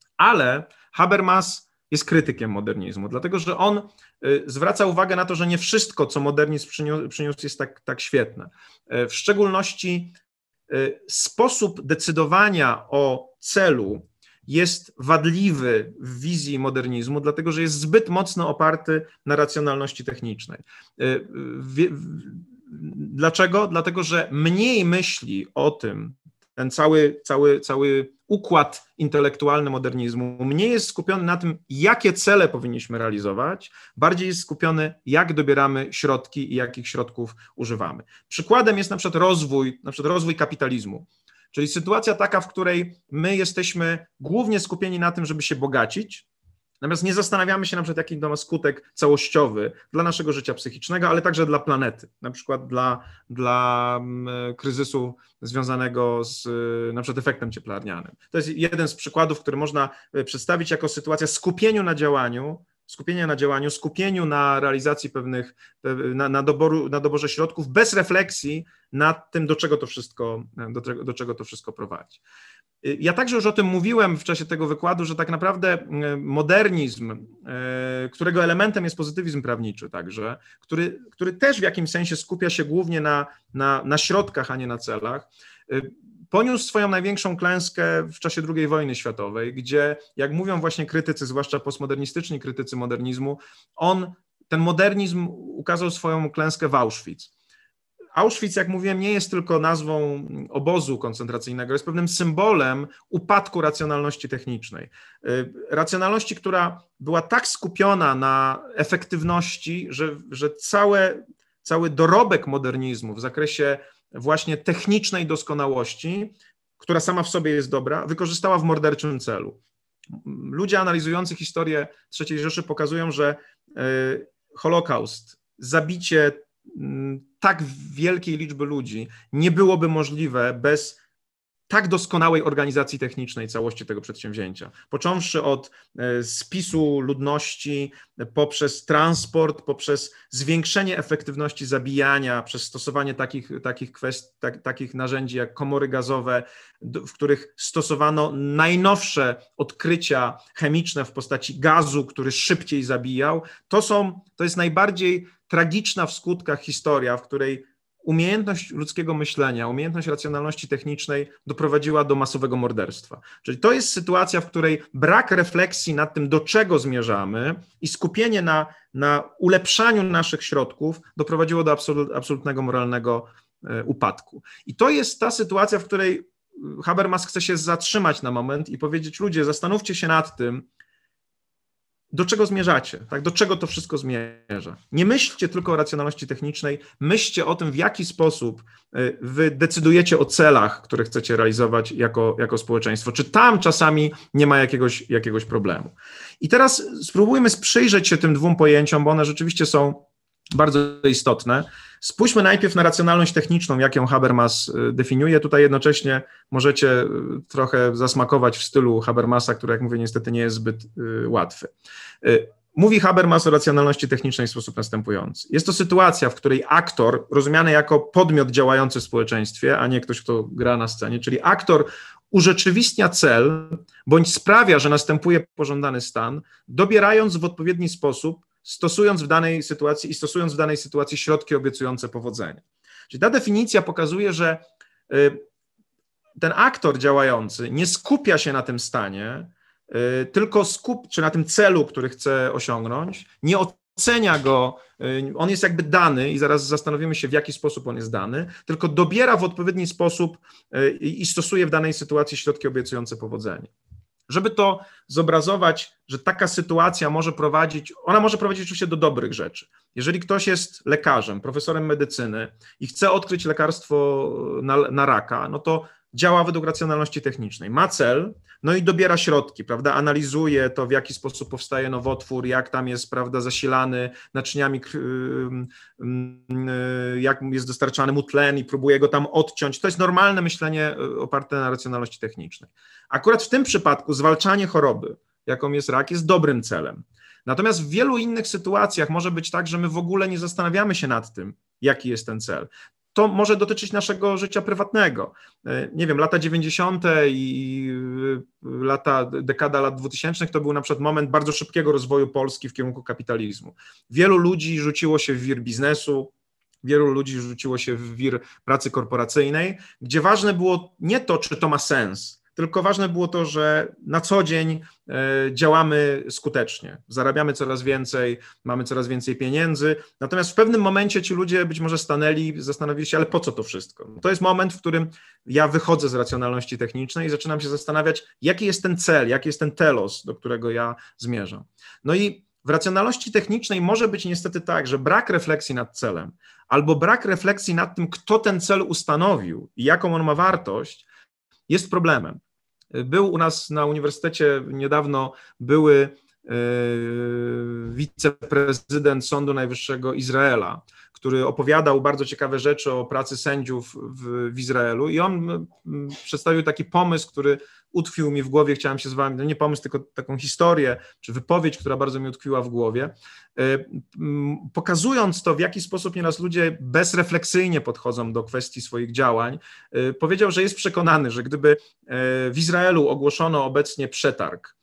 Speaker 1: Ale Habermas jest krytykiem modernizmu, dlatego że on zwraca uwagę na to, że nie wszystko, co modernizm przyniósł, przyniósł jest tak, tak świetne. W szczególności sposób decydowania o celu jest wadliwy w wizji modernizmu, dlatego że jest zbyt mocno oparty na racjonalności technicznej. Dlaczego? Dlatego że mniej myśli o tym, ten cały, cały, cały układ intelektualny modernizmu mniej jest skupiony na tym, jakie cele powinniśmy realizować, bardziej jest skupiony, jak dobieramy środki i jakich środków używamy. Przykładem jest na przykład rozwój, na przykład rozwój kapitalizmu. Czyli sytuacja taka, w której my jesteśmy głównie skupieni na tym, żeby się bogacić, natomiast nie zastanawiamy się na przykład, jaki to ma skutek całościowy dla naszego życia psychicznego, ale także dla planety, na przykład dla, dla kryzysu związanego z na przykład efektem cieplarnianym. To jest jeden z przykładów, który można przedstawić jako sytuacja skupieniu na działaniu, skupienia na działaniu, skupieniu na realizacji pewnych, na, na, doboru, na doborze środków bez refleksji nad tym, do czego to wszystko, do, do czego to wszystko prowadzi. Ja także już o tym mówiłem w czasie tego wykładu, że tak naprawdę modernizm, którego elementem jest pozytywizm prawniczy także, który, który też w jakimś sensie skupia się głównie na, na, na środkach, a nie na celach, poniósł swoją największą klęskę w czasie drugiej wojny światowej, gdzie, jak mówią właśnie krytycy, zwłaszcza postmodernistyczni krytycy modernizmu, on, ten modernizm ukazał swoją klęskę w Auschwitz. Auschwitz, jak mówiłem, nie jest tylko nazwą obozu koncentracyjnego, jest pewnym symbolem upadku racjonalności technicznej. Racjonalności, która była tak skupiona na efektywności, że, że całe, cały dorobek modernizmu w zakresie właśnie technicznej doskonałości, która sama w sobie jest dobra, wykorzystała w morderczym celu. Ludzie analizujący historię trzeciej Rzeszy pokazują, że Holokaust, zabicie tak wielkiej liczby ludzi nie byłoby możliwe bez tak doskonałej organizacji technicznej całości tego przedsięwzięcia. Począwszy od spisu ludności, poprzez transport, poprzez zwiększenie efektywności zabijania, przez stosowanie takich, takich, kwest, tak, takich narzędzi jak komory gazowe, w których stosowano najnowsze odkrycia chemiczne w postaci gazu, który szybciej zabijał. To są, to jest najbardziej tragiczna w skutkach historia, w której umiejętność ludzkiego myślenia, umiejętność racjonalności technicznej doprowadziła do masowego morderstwa. Czyli to jest sytuacja, w której brak refleksji nad tym, do czego zmierzamy i skupienie na, na ulepszaniu naszych środków doprowadziło do absolut, absolutnego moralnego e, upadku. I to jest ta sytuacja, w której Habermas chce się zatrzymać na moment i powiedzieć: ludzie, zastanówcie się nad tym, do czego zmierzacie, tak? Do czego to wszystko zmierza. Nie myślcie tylko o racjonalności technicznej, myślcie o tym, w jaki sposób wy decydujecie o celach, które chcecie realizować jako, jako społeczeństwo. Czy tam czasami nie ma jakiegoś, jakiegoś problemu. I teraz spróbujmy przyjrzeć się tym dwóm pojęciom, bo one rzeczywiście są bardzo istotne. Spójrzmy najpierw na racjonalność techniczną, jak ją Habermas definiuje. Tutaj jednocześnie możecie trochę zasmakować w stylu Habermasa, który, jak mówię, niestety nie jest zbyt łatwy. Mówi Habermas o racjonalności technicznej w sposób następujący. Jest to sytuacja, w której aktor, rozumiany jako podmiot działający w społeczeństwie, a nie ktoś, kto gra na scenie, czyli aktor urzeczywistnia cel, bądź sprawia, że następuje pożądany stan, dobierając w odpowiedni sposób, stosując w danej sytuacji i stosując w danej sytuacji środki obiecujące powodzenie. Czyli ta definicja pokazuje, że ten aktor działający nie skupia się na tym stanie, tylko skup, czy na tym celu, który chce osiągnąć, nie ocenia go, on jest jakby dany i zaraz zastanowimy się, w jaki sposób on jest dany, tylko dobiera w odpowiedni sposób i stosuje w danej sytuacji środki obiecujące powodzenie. Żeby to zobrazować, że taka sytuacja może prowadzić, ona może prowadzić oczywiście do dobrych rzeczy. Jeżeli ktoś jest lekarzem, profesorem medycyny i chce odkryć lekarstwo na, na raka, no to działa według racjonalności technicznej. Ma cel, no i dobiera środki, prawda? Analizuje to, w jaki sposób powstaje nowotwór, jak tam jest, prawda, zasilany naczyniami, jak jest dostarczany mu tlen i próbuje go tam odciąć. To jest normalne myślenie oparte na racjonalności technicznej. Akurat w tym przypadku zwalczanie choroby, jaką jest rak, jest dobrym celem. Natomiast w wielu innych sytuacjach może być tak, że my w ogóle nie zastanawiamy się nad tym, jaki jest ten cel. To może dotyczyć naszego życia prywatnego. Nie wiem, lata dziewięćdziesiąte i lata, dekada lat dwutysięcznych to był na przykład moment bardzo szybkiego rozwoju Polski w kierunku kapitalizmu. Wielu ludzi rzuciło się w wir biznesu, wielu ludzi rzuciło się w wir pracy korporacyjnej, gdzie ważne było nie to, czy to ma sens, tylko ważne było to, że na co dzień działamy skutecznie, zarabiamy coraz więcej, mamy coraz więcej pieniędzy, natomiast w pewnym momencie ci ludzie być może stanęli, zastanowili się, ale po co to wszystko? To jest moment, w którym ja wychodzę z racjonalności technicznej i zaczynam się zastanawiać, jaki jest ten cel, jaki jest ten telos, do którego ja zmierzam. No i w racjonalności technicznej może być niestety tak, że brak refleksji nad celem albo brak refleksji nad tym, kto ten cel ustanowił i jaką on ma wartość, jest problemem. Był u nas na uniwersytecie niedawno były wiceprezydent Sądu Najwyższego Izraela, który opowiadał bardzo ciekawe rzeczy o pracy sędziów w, w Izraelu i on przedstawił taki pomysł, który utkwił mi w głowie, chciałem się z wami, no nie pomysł, tylko taką historię, czy wypowiedź, która bardzo mi utkwiła w głowie, pokazując to, w jaki sposób nieraz ludzie bezrefleksyjnie podchodzą do kwestii swoich działań, powiedział, że jest przekonany, że gdyby w Izraelu ogłoszono obecnie przetarg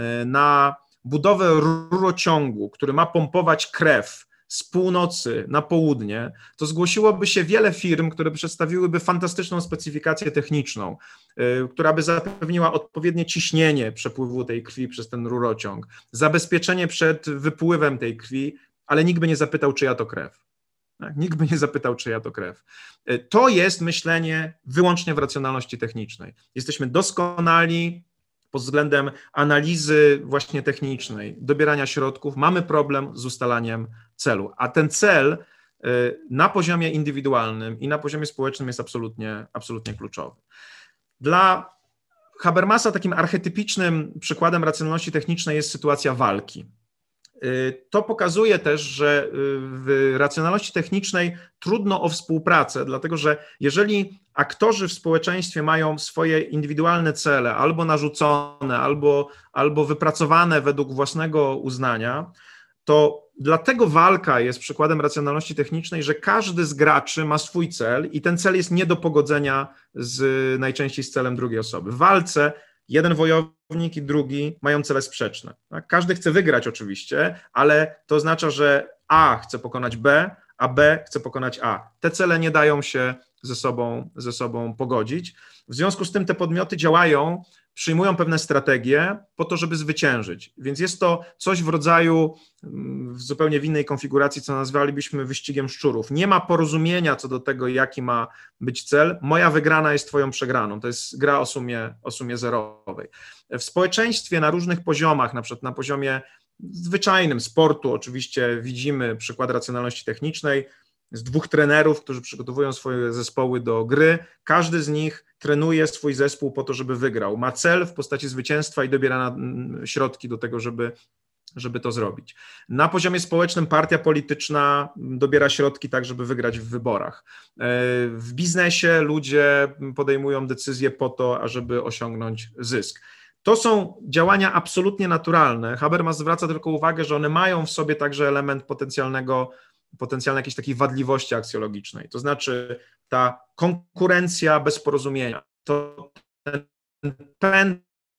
Speaker 1: na budowę rurociągu, który ma pompować krew z północy na południe, to zgłosiłoby się wiele firm, które przedstawiłyby fantastyczną specyfikację techniczną, y, która by zapewniła odpowiednie ciśnienie przepływu tej krwi przez ten rurociąg, zabezpieczenie przed wypływem tej krwi, ale nikt by nie zapytał, czyja to krew. Tak? Nikt by nie zapytał, czyja to krew. Y, to jest myślenie wyłącznie w racjonalności technicznej. Jesteśmy doskonali pod względem analizy właśnie technicznej, dobierania środków, mamy problem z ustalaniem celu, a ten cel na poziomie indywidualnym i na poziomie społecznym jest absolutnie, absolutnie kluczowy. Dla Habermasa takim archetypicznym przykładem racjonalności technicznej jest sytuacja walki. To pokazuje też, że w racjonalności technicznej trudno o współpracę, dlatego że jeżeli aktorzy w społeczeństwie mają swoje indywidualne cele, albo narzucone, albo, albo wypracowane według własnego uznania, to dlatego walka jest przykładem racjonalności technicznej, że każdy z graczy ma swój cel i ten cel jest nie do pogodzenia z, najczęściej z celem drugiej osoby. W walce jeden wojownik i drugi mają cele sprzeczne. Tak? Każdy chce wygrać oczywiście, ale to oznacza, że A chce pokonać B, a B chce pokonać A. Te cele nie dają się ze sobą, ze sobą pogodzić. W związku z tym te podmioty działają, przyjmują pewne strategie po to, żeby zwyciężyć. Więc jest to coś w rodzaju, w zupełnie w innej konfiguracji, co nazwalibyśmy wyścigiem szczurów. Nie ma porozumienia co do tego, jaki ma być cel. Moja wygrana jest twoją przegraną. To jest gra o sumie, o sumie zerowej. W społeczeństwie na różnych poziomach, na przykład na poziomie zwyczajnym sportu, oczywiście widzimy przykład racjonalności technicznej, z dwóch trenerów, którzy przygotowują swoje zespoły do gry. Każdy z nich trenuje swój zespół po to, żeby wygrał. Ma cel w postaci zwycięstwa i dobiera środki do tego, żeby, żeby to zrobić. Na poziomie społecznym partia polityczna dobiera środki tak, żeby wygrać w wyborach. W biznesie ludzie podejmują decyzje po to, ażeby osiągnąć zysk. To są działania absolutnie naturalne. Habermas zwraca tylko uwagę, że one mają w sobie także element potencjalnego potencjalnej jakiejś takiej wadliwości aksjologicznej, to znaczy ta konkurencja bez porozumienia, to ten pęd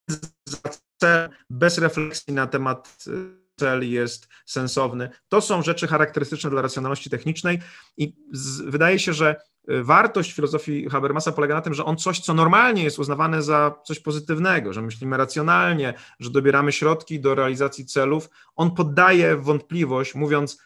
Speaker 1: za cel bez refleksji na temat cel jest sensowny. To są rzeczy charakterystyczne dla racjonalności technicznej i z, wydaje się, że wartość filozofii Habermasa polega na tym, że on coś, co normalnie jest uznawane za coś pozytywnego, że myślimy racjonalnie, że dobieramy środki do realizacji celów, on poddaje wątpliwość, mówiąc,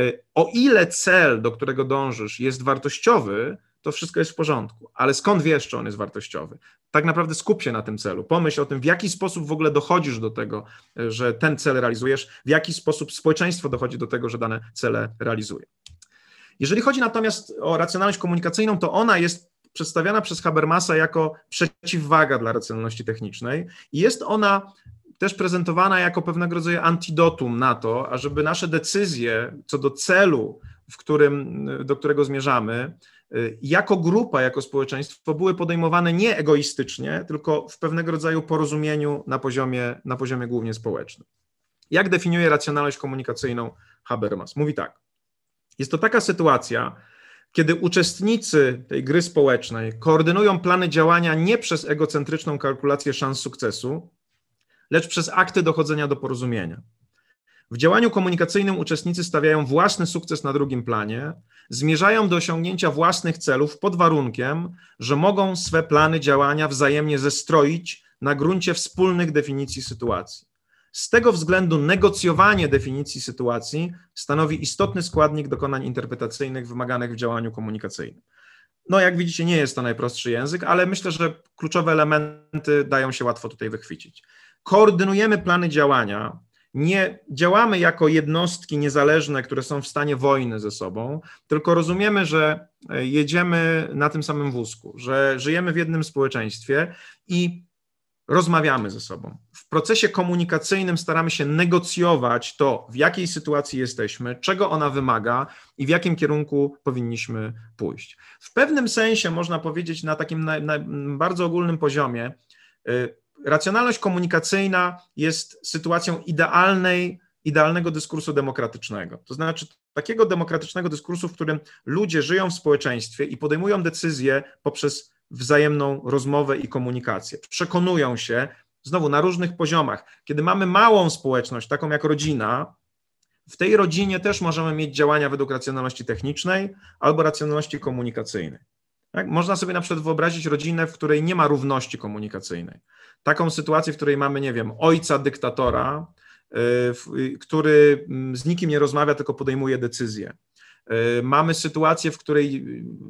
Speaker 1: o ile cel, do którego dążysz, jest wartościowy, to wszystko jest w porządku. Ale skąd wiesz, czy on jest wartościowy? Tak naprawdę skup się na tym celu. Pomyśl o tym, w jaki sposób w ogóle dochodzisz do tego, że ten cel realizujesz, w jaki sposób społeczeństwo dochodzi do tego, że dane cele realizuje. Jeżeli chodzi natomiast o racjonalność komunikacyjną, to ona jest przedstawiana przez Habermasa jako przeciwwaga dla racjonalności technicznej i jest ona też prezentowana jako pewnego rodzaju antidotum na to, ażeby nasze decyzje co do celu, w którym, do którego zmierzamy, jako grupa, jako społeczeństwo były podejmowane nie egoistycznie, tylko w pewnego rodzaju porozumieniu na poziomie, na poziomie głównie społecznym. Jak definiuje racjonalność komunikacyjną Habermas? Mówi tak. Jest to taka sytuacja, kiedy uczestnicy tej gry społecznej koordynują plany działania nie przez egocentryczną kalkulację szans sukcesu, lecz przez akty dochodzenia do porozumienia. W działaniu komunikacyjnym uczestnicy stawiają własny sukces na drugim planie, zmierzają do osiągnięcia własnych celów pod warunkiem, że mogą swe plany działania wzajemnie zestroić na gruncie wspólnych definicji sytuacji. Z tego względu negocjowanie definicji sytuacji stanowi istotny składnik dokonań interpretacyjnych wymaganych w działaniu komunikacyjnym. No, jak widzicie, nie jest to najprostszy język, ale myślę, że kluczowe elementy dają się łatwo tutaj wychwycić. Koordynujemy plany działania nie działamy jako jednostki niezależne, które są w stanie wojny ze sobą, tylko rozumiemy, że jedziemy na tym samym wózku, że żyjemy w jednym społeczeństwie i rozmawiamy ze sobą. W procesie komunikacyjnym staramy się negocjować to, w jakiej sytuacji jesteśmy, czego ona wymaga i w jakim kierunku powinniśmy pójść. W pewnym sensie można powiedzieć na takim na, na bardzo ogólnym poziomie, y, racjonalność komunikacyjna jest sytuacją idealnej, idealnego dyskursu demokratycznego. To znaczy takiego demokratycznego dyskursu, w którym ludzie żyją w społeczeństwie i podejmują decyzje poprzez wzajemną rozmowę i komunikację. Przekonują się, znowu na różnych poziomach. Kiedy mamy małą społeczność, taką jak rodzina, w tej rodzinie też możemy mieć działania według racjonalności technicznej albo racjonalności komunikacyjnej. Tak? Można sobie na przykład wyobrazić rodzinę, w której nie ma równości komunikacyjnej. Taką sytuację, w której mamy, nie wiem, ojca dyktatora, yy, który z nikim nie rozmawia, tylko podejmuje decyzje. Mamy sytuację, w której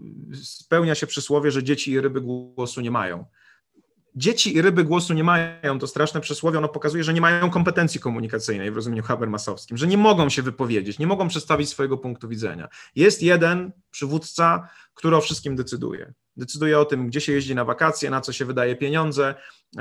Speaker 1: spełnia się przysłowie, że dzieci i ryby głosu nie mają. Dzieci i ryby głosu nie mają, to straszne przysłowie, ono pokazuje, że nie mają kompetencji komunikacyjnej w rozumieniu habermasowskim, że nie mogą się wypowiedzieć, nie mogą przedstawić swojego punktu widzenia. Jest jeden przywódca, który o wszystkim decyduje. Decyduje o tym, gdzie się jeździ na wakacje, na co się wydaje pieniądze,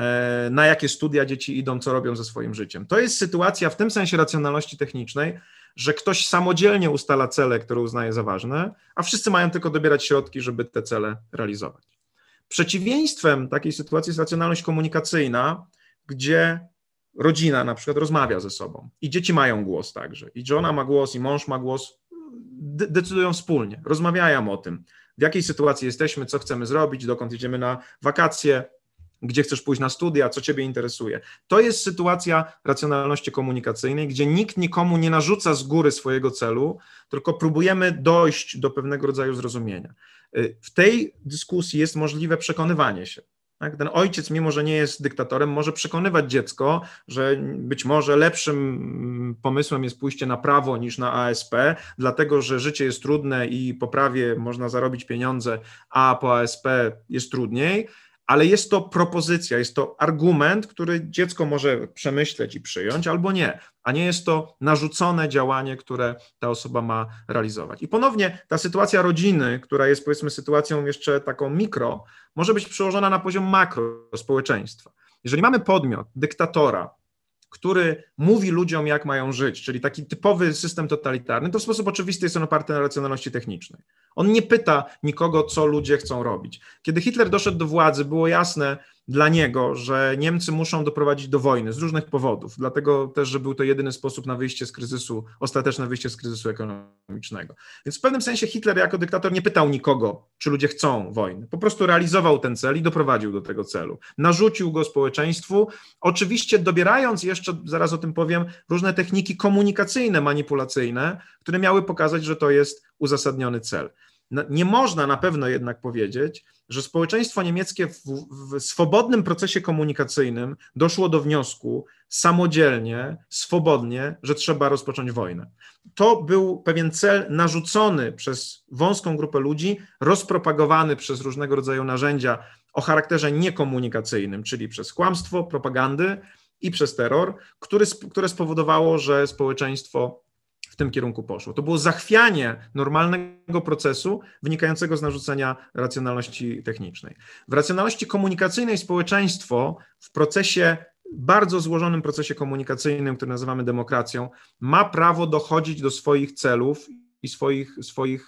Speaker 1: na jakie studia dzieci idą, co robią ze swoim życiem. To jest sytuacja w tym sensie racjonalności technicznej, że ktoś samodzielnie ustala cele, które uznaje za ważne, a wszyscy mają tylko dobierać środki, żeby te cele realizować. Przeciwieństwem takiej sytuacji jest racjonalność komunikacyjna, gdzie rodzina na przykład rozmawia ze sobą i dzieci mają głos także. I żona ma głos, i mąż ma głos, de- decydują wspólnie, rozmawiają o tym, w jakiej sytuacji jesteśmy, co chcemy zrobić, dokąd jedziemy na wakacje, gdzie chcesz pójść na studia, co ciebie interesuje. To jest sytuacja racjonalności komunikacyjnej, gdzie nikt nikomu nie narzuca z góry swojego celu, tylko próbujemy dojść do pewnego rodzaju zrozumienia. W tej dyskusji jest możliwe przekonywanie się. Tak? Ten ojciec, mimo że nie jest dyktatorem, może przekonywać dziecko, że być może lepszym pomysłem jest pójście na prawo niż na A S P, dlatego że życie jest trudne i po prawie można zarobić pieniądze, a po A S P jest trudniej. Ale jest to propozycja, jest to argument, który dziecko może przemyśleć i przyjąć albo nie, a nie jest to narzucone działanie, które ta osoba ma realizować. I ponownie ta sytuacja rodziny, która jest powiedzmy sytuacją jeszcze taką mikro, może być przełożona na poziom makro społeczeństwa. Jeżeli mamy podmiot, dyktatora, który mówi ludziom, jak mają żyć, czyli taki typowy system totalitarny, to w sposób oczywisty jest on oparty na racjonalności technicznej. On nie pyta nikogo, co ludzie chcą robić. Kiedy Hitler doszedł do władzy, było jasne dla niego, że Niemcy muszą doprowadzić do wojny z różnych powodów, dlatego też, że był to jedyny sposób na wyjście z kryzysu, ostateczne wyjście z kryzysu ekonomicznego. Więc w pewnym sensie Hitler jako dyktator nie pytał nikogo, czy ludzie chcą wojny. Po prostu realizował ten cel i doprowadził do tego celu. Narzucił go społeczeństwu, oczywiście dobierając jeszcze, zaraz o tym powiem, różne techniki komunikacyjne, manipulacyjne, które miały pokazać, że to jest uzasadniony cel. Nie można na pewno jednak powiedzieć, że społeczeństwo niemieckie w, w swobodnym procesie komunikacyjnym doszło do wniosku samodzielnie, swobodnie, że trzeba rozpocząć wojnę. To był pewien cel narzucony przez wąską grupę ludzi, rozpropagowany przez różnego rodzaju narzędzia o charakterze niekomunikacyjnym, czyli przez kłamstwo, propagandy i przez terror, który, które spowodowało, że społeczeństwo w tym kierunku poszło. To było zachwianie normalnego procesu wynikającego z narzucenia racjonalności technicznej. W racjonalności komunikacyjnej społeczeństwo w procesie, bardzo złożonym procesie komunikacyjnym, który nazywamy demokracją, ma prawo dochodzić do swoich celów i swoich, swoich,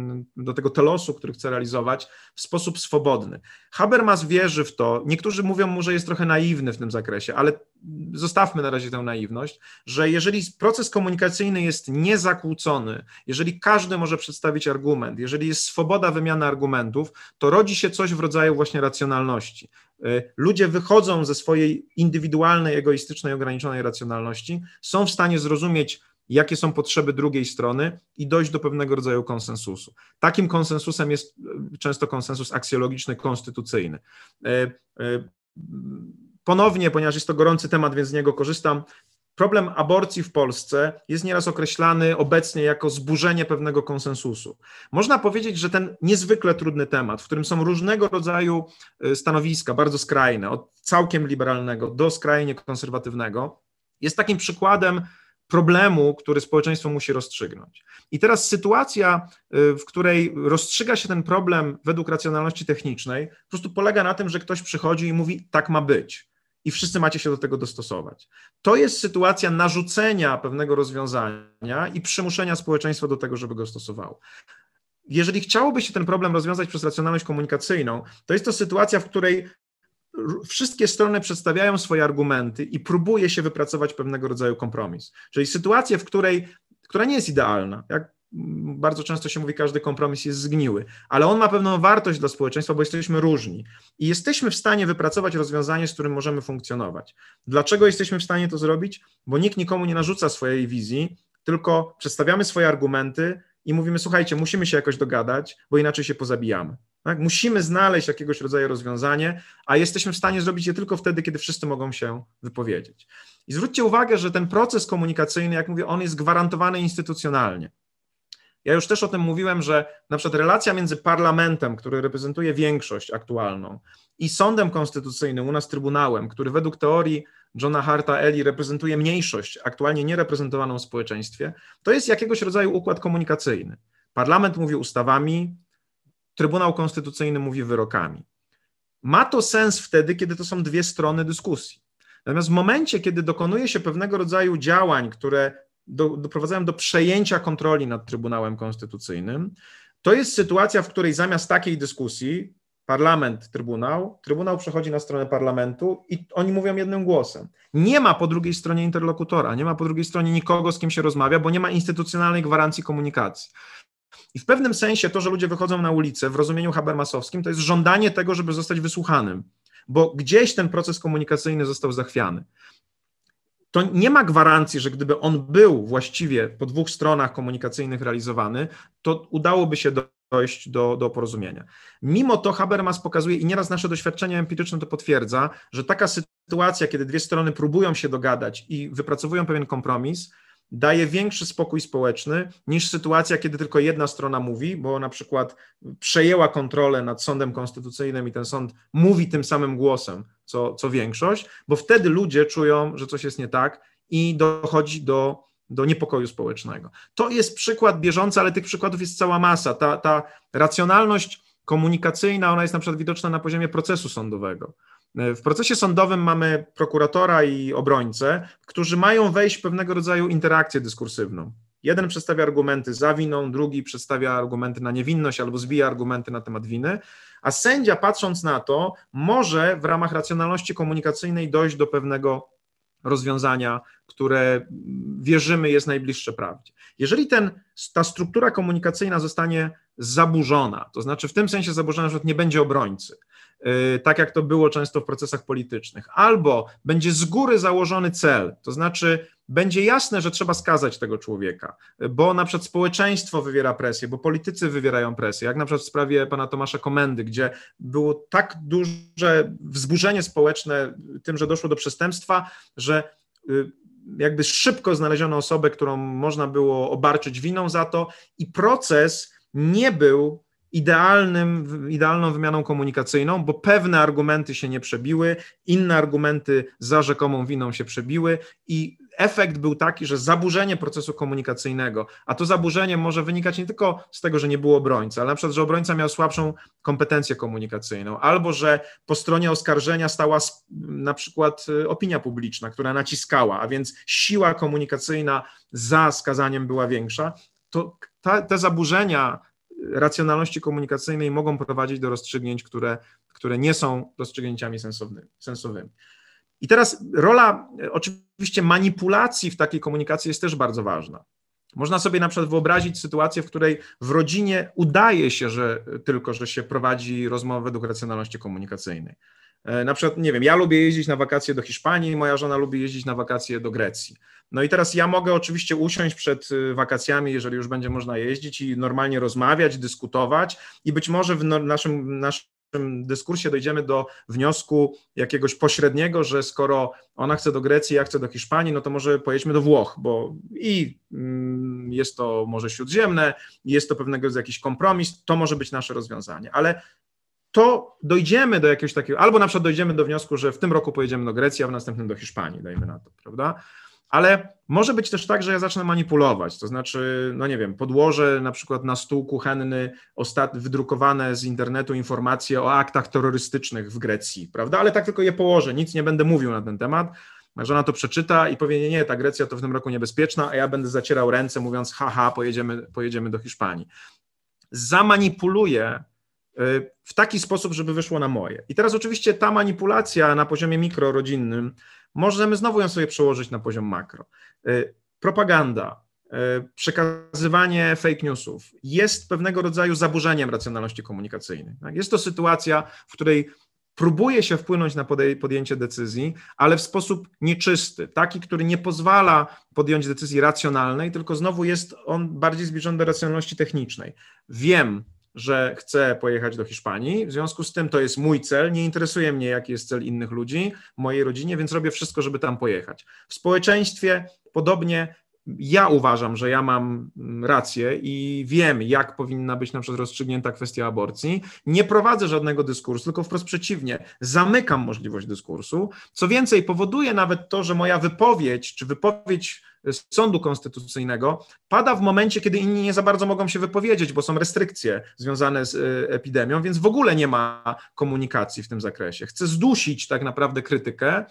Speaker 1: do tego telosu, który chce realizować w sposób swobodny. Habermas wierzy w to, niektórzy mówią mu, że jest trochę naiwny w tym zakresie, ale zostawmy na razie tę naiwność, że jeżeli proces komunikacyjny jest niezakłócony, jeżeli każdy może przedstawić argument, jeżeli jest swoboda wymiany argumentów, to rodzi się coś w rodzaju właśnie racjonalności. Ludzie wychodzą ze swojej indywidualnej, egoistycznej, ograniczonej racjonalności, są w stanie zrozumieć, jakie są potrzeby drugiej strony i dojść do pewnego rodzaju konsensusu. Takim konsensusem jest często konsensus aksjologiczny, konstytucyjny. Ponownie, ponieważ jest to gorący temat, więc z niego korzystam, problem aborcji w Polsce jest nieraz określany obecnie jako zburzenie pewnego konsensusu. Można powiedzieć, że ten niezwykle trudny temat, w którym są różnego rodzaju stanowiska, bardzo skrajne, od całkiem liberalnego do skrajnie konserwatywnego, jest takim przykładem problemu, który społeczeństwo musi rozstrzygnąć. I teraz sytuacja, w której rozstrzyga się ten problem według racjonalności technicznej, po prostu polega na tym, że ktoś przychodzi i mówi, tak ma być. I wszyscy macie się do tego dostosować. To jest sytuacja narzucenia pewnego rozwiązania i przymuszenia społeczeństwa do tego, żeby go stosowało. Jeżeli chciałoby się ten problem rozwiązać przez racjonalność komunikacyjną, to jest to sytuacja, w której wszystkie strony przedstawiają swoje argumenty i próbuje się wypracować pewnego rodzaju kompromis. Czyli sytuację, w której, która nie jest idealna, jak bardzo często się mówi, każdy kompromis jest zgniły, ale on ma pewną wartość dla społeczeństwa, bo jesteśmy różni i jesteśmy w stanie wypracować rozwiązanie, z którym możemy funkcjonować. Dlaczego jesteśmy w stanie to zrobić? Bo nikt nikomu nie narzuca swojej wizji, tylko przedstawiamy swoje argumenty i mówimy, słuchajcie, musimy się jakoś dogadać, bo inaczej się pozabijamy. Tak? Musimy znaleźć jakiegoś rodzaju rozwiązanie, a jesteśmy w stanie zrobić je tylko wtedy, kiedy wszyscy mogą się wypowiedzieć. I zwróćcie uwagę, że ten proces komunikacyjny, jak mówię, on jest gwarantowany instytucjonalnie. Ja już też o tym mówiłem, że na przykład relacja między parlamentem, który reprezentuje większość aktualną, i sądem konstytucyjnym, u nas trybunałem, który według teorii Johna Harta Ely reprezentuje mniejszość, aktualnie niereprezentowaną w społeczeństwie, to jest jakiegoś rodzaju układ komunikacyjny. Parlament mówi ustawami, Trybunał Konstytucyjny mówi wyrokami. Ma to sens wtedy, kiedy to są dwie strony dyskusji. Natomiast w momencie, kiedy dokonuje się pewnego rodzaju działań, które do, doprowadzają do przejęcia kontroli nad Trybunałem Konstytucyjnym, to jest sytuacja, w której zamiast takiej dyskusji parlament, trybunał, trybunał przechodzi na stronę parlamentu i oni mówią jednym głosem. Nie ma po drugiej stronie interlokutora, nie ma po drugiej stronie nikogo, z kim się rozmawia, bo nie ma instytucjonalnej gwarancji komunikacji. I w pewnym sensie to, że ludzie wychodzą na ulicę w rozumieniu habermasowskim, to jest żądanie tego, żeby zostać wysłuchanym, bo gdzieś ten proces komunikacyjny został zachwiany. To nie ma gwarancji, że gdyby on był właściwie po dwóch stronach komunikacyjnych realizowany, to udałoby się dojść do, do porozumienia. Mimo to Habermas pokazuje, i nieraz nasze doświadczenie empiryczne to potwierdza, że taka sytuacja, kiedy dwie strony próbują się dogadać i wypracowują pewien kompromis, daje większy spokój społeczny niż sytuacja, kiedy tylko jedna strona mówi, bo na przykład przejęła kontrolę nad sądem konstytucyjnym i ten sąd mówi tym samym głosem, co, co większość, bo wtedy ludzie czują, że coś jest nie tak i dochodzi do, do niepokoju społecznego. To jest przykład bieżący, ale tych przykładów jest cała masa. Ta, ta racjonalność komunikacyjna, ona jest na przykład widoczna na poziomie procesu sądowego. W procesie sądowym mamy prokuratora i obrońcę, którzy mają wejść w pewnego rodzaju interakcję dyskursywną. Jeden przedstawia argumenty za winą, drugi przedstawia argumenty na niewinność albo zbija argumenty na temat winy, a sędzia, patrząc na to, może w ramach racjonalności komunikacyjnej dojść do pewnego rozwiązania, które wierzymy jest najbliższe prawdzie. Jeżeli ten, ta struktura komunikacyjna zostanie zaburzona, to znaczy w tym sensie zaburzona, że nie będzie obrońcy, tak jak to było często w procesach politycznych, albo będzie z góry założony cel, to znaczy będzie jasne, że trzeba skazać tego człowieka, bo na przykład społeczeństwo wywiera presję, bo politycy wywierają presję, jak na przykład w sprawie pana Tomasza Komendy, gdzie było tak duże wzburzenie społeczne tym, że doszło do przestępstwa, że jakby szybko znaleziono osobę, którą można było obarczyć winą za to i proces nie był idealnym, idealną wymianą komunikacyjną, bo pewne argumenty się nie przebiły, inne argumenty za rzekomą winą się przebiły i efekt był taki, że zaburzenie procesu komunikacyjnego, a to zaburzenie może wynikać nie tylko z tego, że nie było obrońcy, ale na przykład, że obrońca miał słabszą kompetencję komunikacyjną, albo że po stronie oskarżenia stała na przykład opinia publiczna, która naciskała, a więc siła komunikacyjna za skazaniem była większa, to ta, te zaburzenia racjonalności komunikacyjnej mogą prowadzić do rozstrzygnięć, które, które nie są rozstrzygnięciami sensownymi, sensowymi. I teraz rola oczywiście manipulacji w takiej komunikacji jest też bardzo ważna. Można sobie na przykład wyobrazić sytuację, w której w rodzinie udaje się, że tylko, że się prowadzi rozmowę według racjonalności komunikacyjnej. Na przykład, nie wiem, ja lubię jeździć na wakacje do Hiszpanii, moja żona lubi jeździć na wakacje do Grecji. No i teraz ja mogę oczywiście usiąść przed wakacjami, jeżeli już będzie można jeździć i normalnie rozmawiać, dyskutować i być może w naszym, naszym dyskursie dojdziemy do wniosku jakiegoś pośredniego, że skoro ona chce do Grecji, ja chcę do Hiszpanii, no to może pojedźmy do Włoch, bo i mm, jest to Morze Śródziemne, jest to pewnego rodzaju jakiś kompromis, to może być nasze rozwiązanie, ale to dojdziemy do jakiegoś takiego, albo na przykład dojdziemy do wniosku, że w tym roku pojedziemy do Grecji, a w następnym do Hiszpanii, dajmy na to, prawda? Ale może być też tak, że ja zacznę manipulować, to znaczy, no nie wiem, podłożę na przykład na stół kuchenny ostat... wydrukowane z internetu informacje o aktach terrorystycznych w Grecji, prawda? Ale tak tylko je położę, nic nie będę mówił na ten temat. Żona to przeczyta i powie, nie, nie, ta Grecja to w tym roku niebezpieczna, a ja będę zacierał ręce mówiąc, haha, pojedziemy, pojedziemy do Hiszpanii. Zamanipuluję w taki sposób, żeby wyszło na moje. I teraz oczywiście ta manipulacja na poziomie mikrorodzinnym, możemy znowu ją sobie przełożyć na poziom makro. Propaganda, przekazywanie fake newsów jest pewnego rodzaju zaburzeniem racjonalności komunikacyjnej. Jest to sytuacja, w której próbuje się wpłynąć na podjęcie decyzji, ale w sposób nieczysty, taki, który nie pozwala podjąć decyzji racjonalnej, tylko znowu jest on bardziej zbliżony do racjonalności technicznej. Wiem, że chcę pojechać do Hiszpanii, w związku z tym to jest mój cel, nie interesuje mnie, jaki jest cel innych ludzi, mojej rodzinie, więc robię wszystko, żeby tam pojechać. W społeczeństwie podobnie ja uważam, że ja mam rację i wiem, jak powinna być na przykład rozstrzygnięta kwestia aborcji. Nie prowadzę żadnego dyskursu, tylko wprost przeciwnie, zamykam możliwość dyskursu. Co więcej, powoduje nawet to, że moja wypowiedź, czy wypowiedź Sądu Konstytucyjnego pada w momencie, kiedy inni nie za bardzo mogą się wypowiedzieć, bo są restrykcje związane z epidemią, więc w ogóle nie ma komunikacji w tym zakresie. Chcę zdusić tak naprawdę krytykę.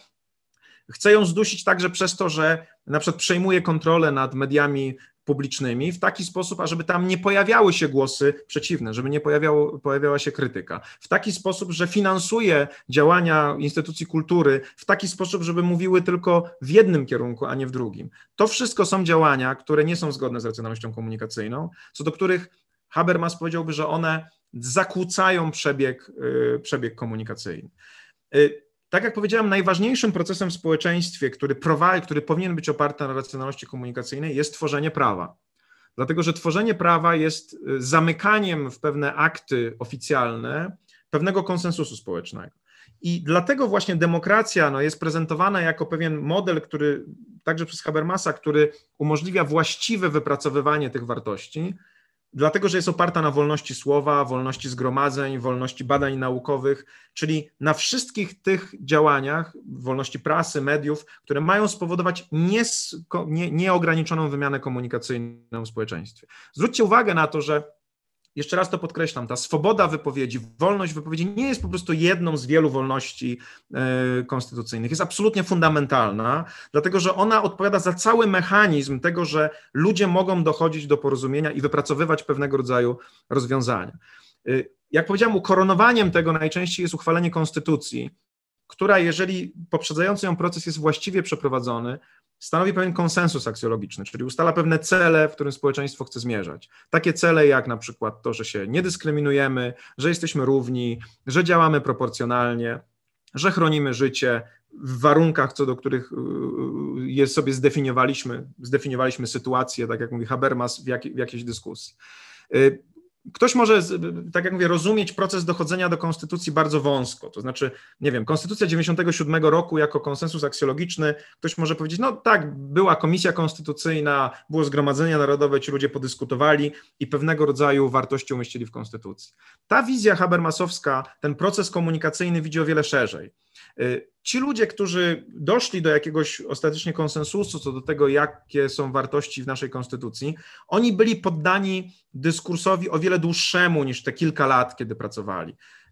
Speaker 1: Chcę ją zdusić także przez to, że na przykład przejmuję kontrolę nad mediami publicznymi w taki sposób, ażeby tam nie pojawiały się głosy przeciwne, żeby nie pojawiało, pojawiała się krytyka. W taki sposób, że finansuję działania instytucji kultury w taki sposób, żeby mówiły tylko w jednym kierunku, a nie w drugim. To wszystko są działania, które nie są zgodne z racjonalnością komunikacyjną, co do których Habermas powiedziałby, że one zakłócają przebieg, yy, przebieg komunikacyjny. Yy, Tak jak powiedziałem, najważniejszym procesem w społeczeństwie, który, prowadzi, który powinien być oparty na racjonalności komunikacyjnej, jest tworzenie prawa. Dlatego, że tworzenie prawa jest zamykaniem w pewne akty oficjalne pewnego konsensusu społecznego. I dlatego właśnie demokracja no, jest prezentowana jako pewien model, który także przez Habermasa, który umożliwia właściwe wypracowywanie tych wartości, dlatego, że jest oparta na wolności słowa, wolności zgromadzeń, wolności badań naukowych, czyli na wszystkich tych działaniach, wolności prasy, mediów, które mają spowodować nies- nie, nieograniczoną wymianę komunikacyjną w społeczeństwie. Zwróćcie uwagę na to, że jeszcze raz to podkreślam, ta swoboda wypowiedzi, wolność wypowiedzi nie jest po prostu jedną z wielu wolności y, konstytucyjnych. Jest absolutnie fundamentalna, dlatego że ona odpowiada za cały mechanizm tego, że ludzie mogą dochodzić do porozumienia i wypracowywać pewnego rodzaju rozwiązania. Y, jak powiedziałem, ukoronowaniem tego najczęściej jest uchwalenie konstytucji, która, jeżeli poprzedzający ją proces jest właściwie przeprowadzony, stanowi pewien konsensus aksjologiczny, czyli ustala pewne cele, w którym społeczeństwo chce zmierzać. Takie cele jak na przykład to, że się nie dyskryminujemy, że jesteśmy równi, że działamy proporcjonalnie, że chronimy życie w warunkach, co do których je sobie zdefiniowaliśmy, zdefiniowaliśmy sytuację, tak jak mówi Habermas, w, jak, w jakiejś dyskusji. Ktoś może, tak jak mówię, rozumieć proces dochodzenia do konstytucji bardzo wąsko, to znaczy, nie wiem, konstytucja dziewięćdziesiątego siódmego roku jako konsensus aksjologiczny, ktoś może powiedzieć, no tak, była komisja konstytucyjna, było zgromadzenie narodowe, ci ludzie podyskutowali i pewnego rodzaju wartości umieścili w konstytucji. Ta wizja habermasowska, ten proces komunikacyjny widzi o wiele szerzej. Ci ludzie, którzy doszli do jakiegoś ostatecznie konsensusu co do tego, jakie są wartości w naszej konstytucji, oni byli poddani dyskursowi o wiele dłuższemu niż te kilka lat, kiedy pracowali.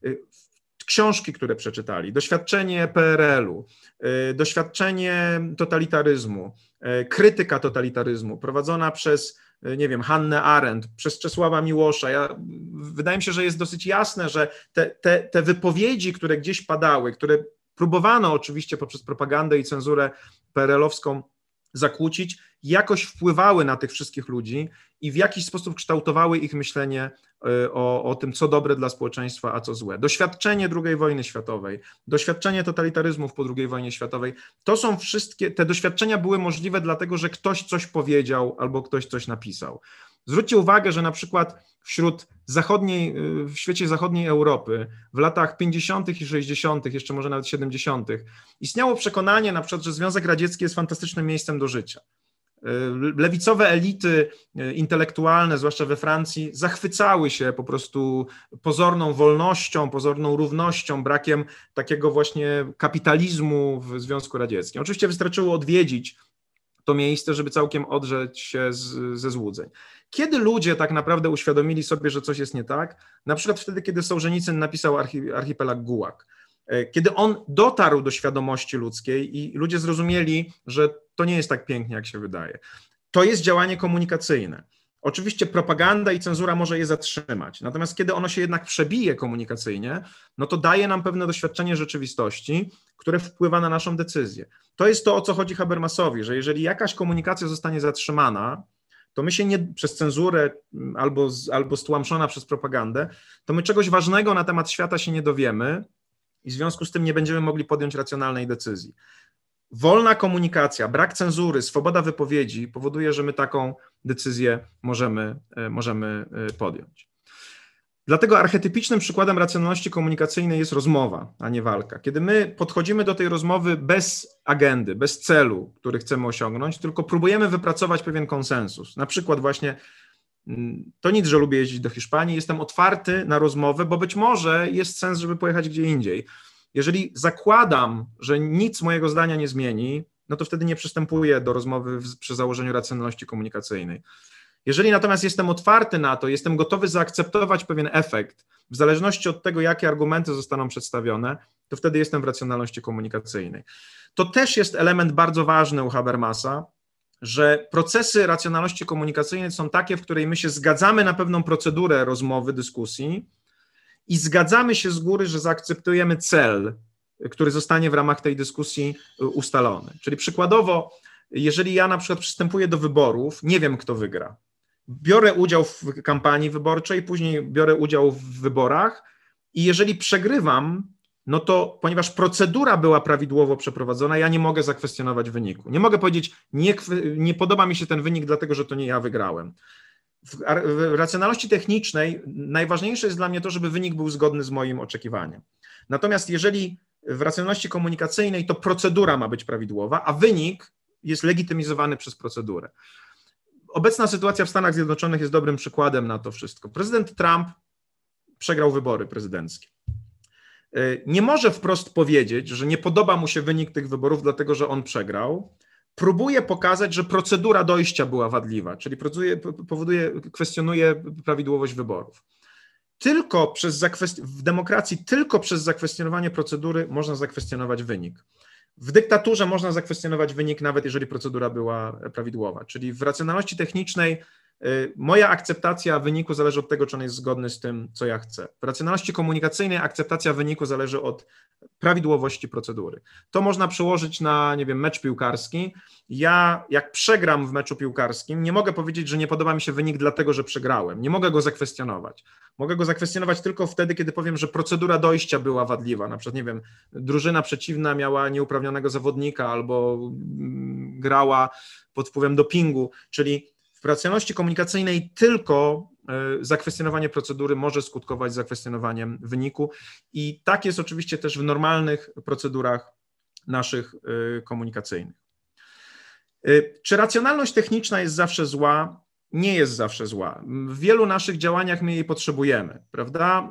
Speaker 1: Książki, które przeczytali, doświadczenie P R L-u, doświadczenie totalitaryzmu, krytyka totalitaryzmu prowadzona przez, nie wiem, Hannę Arendt, przez Czesława Miłosza. Ja, wydaje mi się, że jest dosyć jasne, że te, te, te wypowiedzi, które gdzieś padały, które próbowano oczywiście poprzez propagandę i cenzurę P R L-owską zakłócić, jakoś wpływały na tych wszystkich ludzi i w jakiś sposób kształtowały ich myślenie o, o tym, co dobre dla społeczeństwa, a co złe. Doświadczenie drugiej wojny światowej, doświadczenie totalitaryzmów po drugiej wojnie światowej, to są wszystkie, te doświadczenia były możliwe dlatego, że ktoś coś powiedział albo ktoś coś napisał. Zwróćcie uwagę, że na przykład wśród zachodniej, w świecie zachodniej Europy w latach pięćdziesiątych i sześćdziesiątych, jeszcze może nawet siedemdziesiątych, istniało przekonanie na przykład, że Związek Radziecki jest fantastycznym miejscem do życia. Lewicowe elity intelektualne, zwłaszcza we Francji, zachwycały się po prostu pozorną wolnością, pozorną równością, brakiem takiego właśnie kapitalizmu w Związku Radzieckim. Oczywiście wystarczyło odwiedzić to miejsce, żeby całkiem odrzeć się z, ze złudzeń. Kiedy ludzie tak naprawdę uświadomili sobie, że coś jest nie tak? Na przykład wtedy, kiedy Sołżenicyn napisał archi, Archipelag Gułag. Kiedy on dotarł do świadomości ludzkiej i ludzie zrozumieli, że to nie jest tak pięknie, jak się wydaje. To jest działanie komunikacyjne. Oczywiście propaganda i cenzura może je zatrzymać, natomiast kiedy ono się jednak przebije komunikacyjnie, no to daje nam pewne doświadczenie rzeczywistości, które wpływa na naszą decyzję. To jest to, o co chodzi Habermasowi, że jeżeli jakaś komunikacja zostanie zatrzymana, to my się nie przez cenzurę albo, albo stłamszona przez propagandę, to my czegoś ważnego na temat świata się nie dowiemy i w związku z tym nie będziemy mogli podjąć racjonalnej decyzji. Wolna komunikacja, brak cenzury, swoboda wypowiedzi powoduje, że my taką decyzję możemy, możemy podjąć. Dlatego archetypicznym przykładem racjonalności komunikacyjnej jest rozmowa, a nie walka. Kiedy my podchodzimy do tej rozmowy bez agendy, bez celu, który chcemy osiągnąć, tylko próbujemy wypracować pewien konsensus. Na przykład właśnie to nic, że lubię jeździć do Hiszpanii, jestem otwarty na rozmowę, bo być może jest sens, żeby pojechać gdzie indziej. Jeżeli zakładam, że nic mojego zdania nie zmieni, no to wtedy nie przystępuję do rozmowy przy założeniu racjonalności komunikacyjnej. Jeżeli natomiast jestem otwarty na to, jestem gotowy zaakceptować pewien efekt, w zależności od tego, jakie argumenty zostaną przedstawione, to wtedy jestem w racjonalności komunikacyjnej. To też jest element bardzo ważny u Habermasa, że procesy racjonalności komunikacyjnej są takie, w której my się zgadzamy na pewną procedurę rozmowy, dyskusji i zgadzamy się z góry, że zaakceptujemy cel, który zostanie w ramach tej dyskusji ustalony. Czyli przykładowo, jeżeli ja na przykład przystępuję do wyborów, nie wiem, kto wygra. Biorę udział w kampanii wyborczej, później biorę udział w wyborach i jeżeli przegrywam, no to ponieważ procedura była prawidłowo przeprowadzona, ja nie mogę zakwestionować wyniku. Nie mogę powiedzieć, nie, nie podoba mi się ten wynik, dlatego że to nie ja wygrałem. W, w racjonalności technicznej najważniejsze jest dla mnie to, żeby wynik był zgodny z moim oczekiwaniem. Natomiast jeżeli w racjonalności komunikacyjnej to procedura ma być prawidłowa, a wynik jest legitymizowany przez procedurę. Obecna sytuacja w Stanach Zjednoczonych jest dobrym przykładem na to wszystko. Prezydent Trump przegrał wybory prezydenckie. Nie może wprost powiedzieć, że nie podoba mu się wynik tych wyborów, dlatego że on przegrał. Próbuje pokazać, że procedura dojścia była wadliwa, czyli powoduje, kwestionuje prawidłowość wyborów. Tylko przez zakwest... w demokracji tylko przez zakwestionowanie procedury można zakwestionować wynik. W dyktaturze można zakwestionować wynik, nawet jeżeli procedura była prawidłowa. Czyli w racjonalności technicznej moja akceptacja wyniku zależy od tego, czy on jest zgodny z tym, co ja chcę. W racjonalności komunikacyjnej akceptacja wyniku zależy od prawidłowości procedury. To można przełożyć na, nie wiem, mecz piłkarski. Ja, jak przegram w meczu piłkarskim, nie mogę powiedzieć, że nie podoba mi się wynik dlatego, że przegrałem. Nie mogę go zakwestionować. Mogę go zakwestionować tylko wtedy, kiedy powiem, że procedura dojścia była wadliwa. Na przykład, nie wiem, drużyna przeciwna miała nieuprawnionego zawodnika albo grała pod wpływem dopingu, czyli w racjonalności komunikacyjnej tylko zakwestionowanie procedury może skutkować zakwestionowaniem wyniku i tak jest oczywiście też w normalnych procedurach naszych komunikacyjnych. Czy racjonalność techniczna jest zawsze zła? Nie jest zawsze zła. W wielu naszych działaniach my jej potrzebujemy, prawda?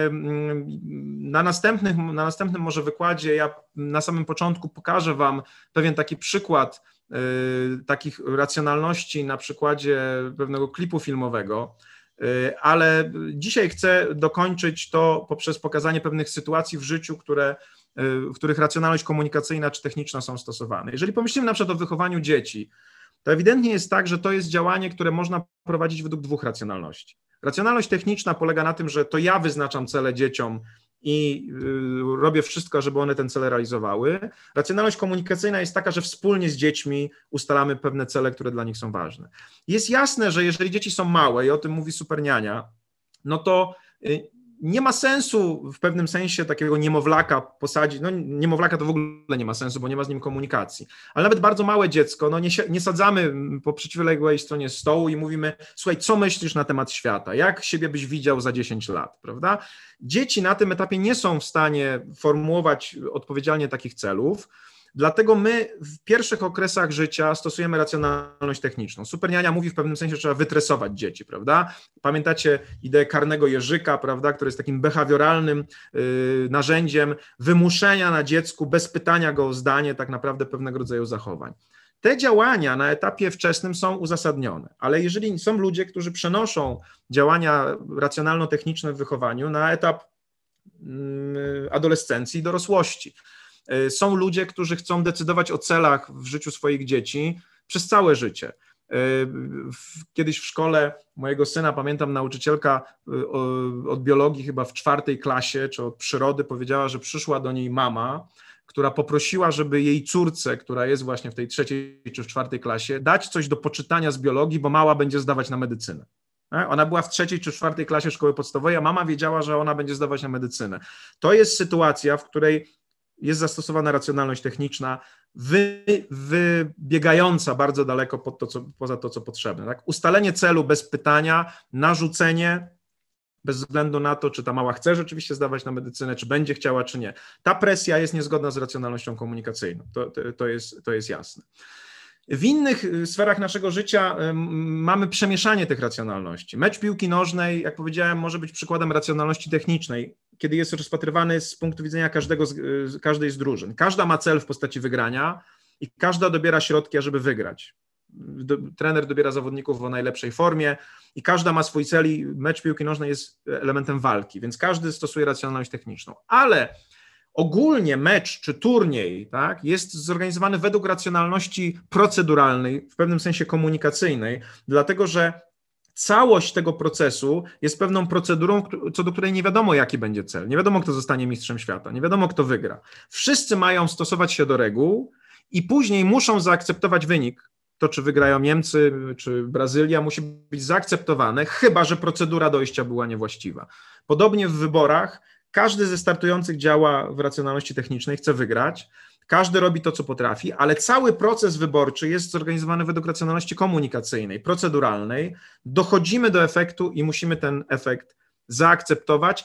Speaker 1: Na następnym, na następnym może wykładzie ja na samym początku pokażę Wam pewien taki przykład takich racjonalności na przykładzie pewnego klipu filmowego, ale dzisiaj chcę dokończyć to poprzez pokazanie pewnych sytuacji w życiu, które, w których racjonalność komunikacyjna czy techniczna są stosowane. Jeżeli pomyślimy na przykład o wychowaniu dzieci, to ewidentnie jest tak, że to jest działanie, które można prowadzić według dwóch racjonalności. Racjonalność techniczna polega na tym, że to ja wyznaczam cele dzieciom i robię wszystko, żeby one ten cel realizowały. Racjonalność komunikacyjna jest taka, że wspólnie z dziećmi ustalamy pewne cele, które dla nich są ważne. Jest jasne, że jeżeli dzieci są małe, i o tym mówi Superniania, no to nie ma sensu w pewnym sensie takiego niemowlaka posadzić, no niemowlaka to w ogóle nie ma sensu, bo nie ma z nim komunikacji, ale nawet bardzo małe dziecko, no nie, nie sadzamy po przeciwległej stronie stołu i mówimy, słuchaj, co myślisz na temat świata, jak siebie byś widział za dziesięć lat, prawda? Dzieci na tym etapie nie są w stanie formułować odpowiedzialnie takich celów, dlatego my w pierwszych okresach życia stosujemy racjonalność techniczną. Superniania mówi w pewnym sensie, że trzeba wytresować dzieci, prawda? Pamiętacie ideę karnego jeżyka, prawda, który jest takim behawioralnym yy, narzędziem wymuszenia na dziecku bez pytania go o zdanie tak naprawdę pewnego rodzaju zachowań. te działania na etapie wczesnym są uzasadnione, ale jeżeli są ludzie, którzy przenoszą działania racjonalno-techniczne w wychowaniu na etap adolescencji i dorosłości, są ludzie, którzy chcą decydować o celach w życiu swoich dzieci przez całe życie. Kiedyś w szkole mojego syna, pamiętam, nauczycielka od biologii chyba w czwartej klasie, czy od przyrody, powiedziała, że przyszła do niej mama, która poprosiła, żeby jej córce, która jest właśnie w tej trzeciej czy w czwartej klasie, dać coś do poczytania z biologii, bo mała będzie zdawać na medycynę. Ona była w trzeciej czy czwartej klasie szkoły podstawowej, a mama wiedziała, że ona będzie zdawać na medycynę. To jest sytuacja, w której jest zastosowana racjonalność techniczna, wy, wybiegająca bardzo daleko pod to, co, poza to, co potrzebne. Tak? Ustalenie celu bez pytania, narzucenie, bez względu na to, czy ta mała chce rzeczywiście zdawać na medycynę, czy będzie chciała, czy nie. Ta presja jest niezgodna z racjonalnością komunikacyjną, to, to, to, jest, to jest jasne. W innych sferach naszego życia mamy przemieszanie tych racjonalności. Mecz piłki nożnej, jak powiedziałem, może być przykładem racjonalności technicznej, kiedy jest rozpatrywany z punktu widzenia każdego z, każdej z drużyn. Każda ma cel w postaci wygrania i każda dobiera środki, ażeby wygrać. Do, trener dobiera zawodników o najlepszej formie i każda ma swój cel i mecz piłki nożnej jest elementem walki, więc każdy stosuje racjonalność techniczną. Ale ogólnie mecz czy turniej, tak, jest zorganizowany według racjonalności proceduralnej, w pewnym sensie komunikacyjnej, dlatego że całość tego procesu jest pewną procedurą, co do której nie wiadomo, jaki będzie cel, nie wiadomo, kto zostanie mistrzem świata, nie wiadomo, kto wygra. Wszyscy mają stosować się do reguł i później muszą zaakceptować wynik. To, czy wygrają Niemcy, czy Brazylia, musi być zaakceptowane, chyba że procedura dojścia była niewłaściwa. Podobnie w wyborach każdy ze startujących działa w racjonalności technicznej, chce wygrać, każdy robi to, co potrafi, ale cały proces wyborczy jest zorganizowany według racjonalności komunikacyjnej, proceduralnej. Dochodzimy do efektu i musimy ten efekt zaakceptować,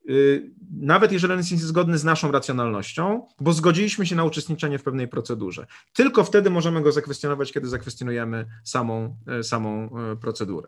Speaker 1: nawet jeżeli on jest niezgodny z naszą racjonalnością, bo zgodziliśmy się na uczestniczenie w pewnej procedurze. Tylko wtedy możemy go zakwestionować, kiedy zakwestionujemy samą, samą procedurę.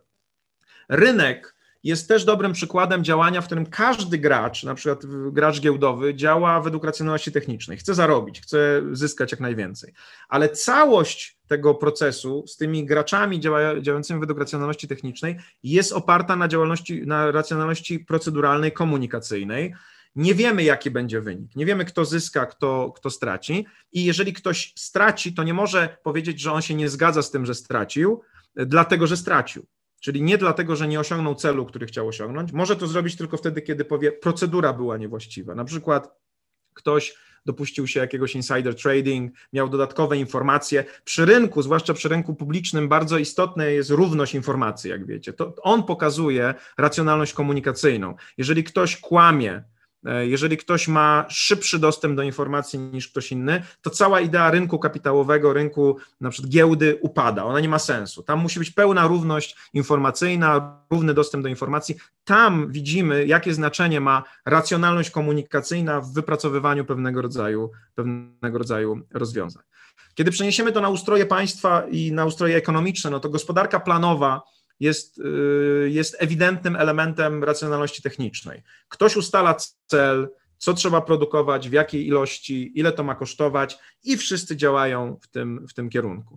Speaker 1: Rynek jest też dobrym przykładem działania, w którym każdy gracz, na przykład gracz giełdowy, działa według racjonalności technicznej. Chce zarobić, chce zyskać jak najwięcej. Ale całość tego procesu z tymi graczami działa, działającymi według racjonalności technicznej jest oparta na działalności, na racjonalności proceduralnej, komunikacyjnej. Nie wiemy, jaki będzie wynik. Nie wiemy, kto zyska, kto, kto straci. I jeżeli ktoś straci, to nie może powiedzieć, że on się nie zgadza z tym, że stracił, dlatego, że stracił. Czyli nie dlatego, że nie osiągnął celu, który chciał osiągnąć. Może to zrobić tylko wtedy, kiedy powie, procedura była niewłaściwa. Na przykład ktoś dopuścił się jakiegoś insider trading, miał dodatkowe informacje. Przy rynku, zwłaszcza przy rynku publicznym, bardzo istotna jest równość informacji, jak wiecie. To on pokazuje racjonalność komunikacyjną. Jeżeli ktoś kłamie, jeżeli ktoś ma szybszy dostęp do informacji niż ktoś inny, to cała idea rynku kapitałowego, rynku na przykład giełdy upada, ona nie ma sensu. Tam musi być pełna równość informacyjna, równy dostęp do informacji. Tam widzimy, jakie znaczenie ma racjonalność komunikacyjna w wypracowywaniu pewnego rodzaju, pewnego rodzaju rozwiązań. Kiedy przeniesiemy to na ustroje państwa i na ustroje ekonomiczne, no to gospodarka planowa jest, jest ewidentnym elementem racjonalności technicznej. Ktoś ustala cel, co trzeba produkować, w jakiej ilości, ile to ma kosztować i wszyscy działają w tym, w tym kierunku.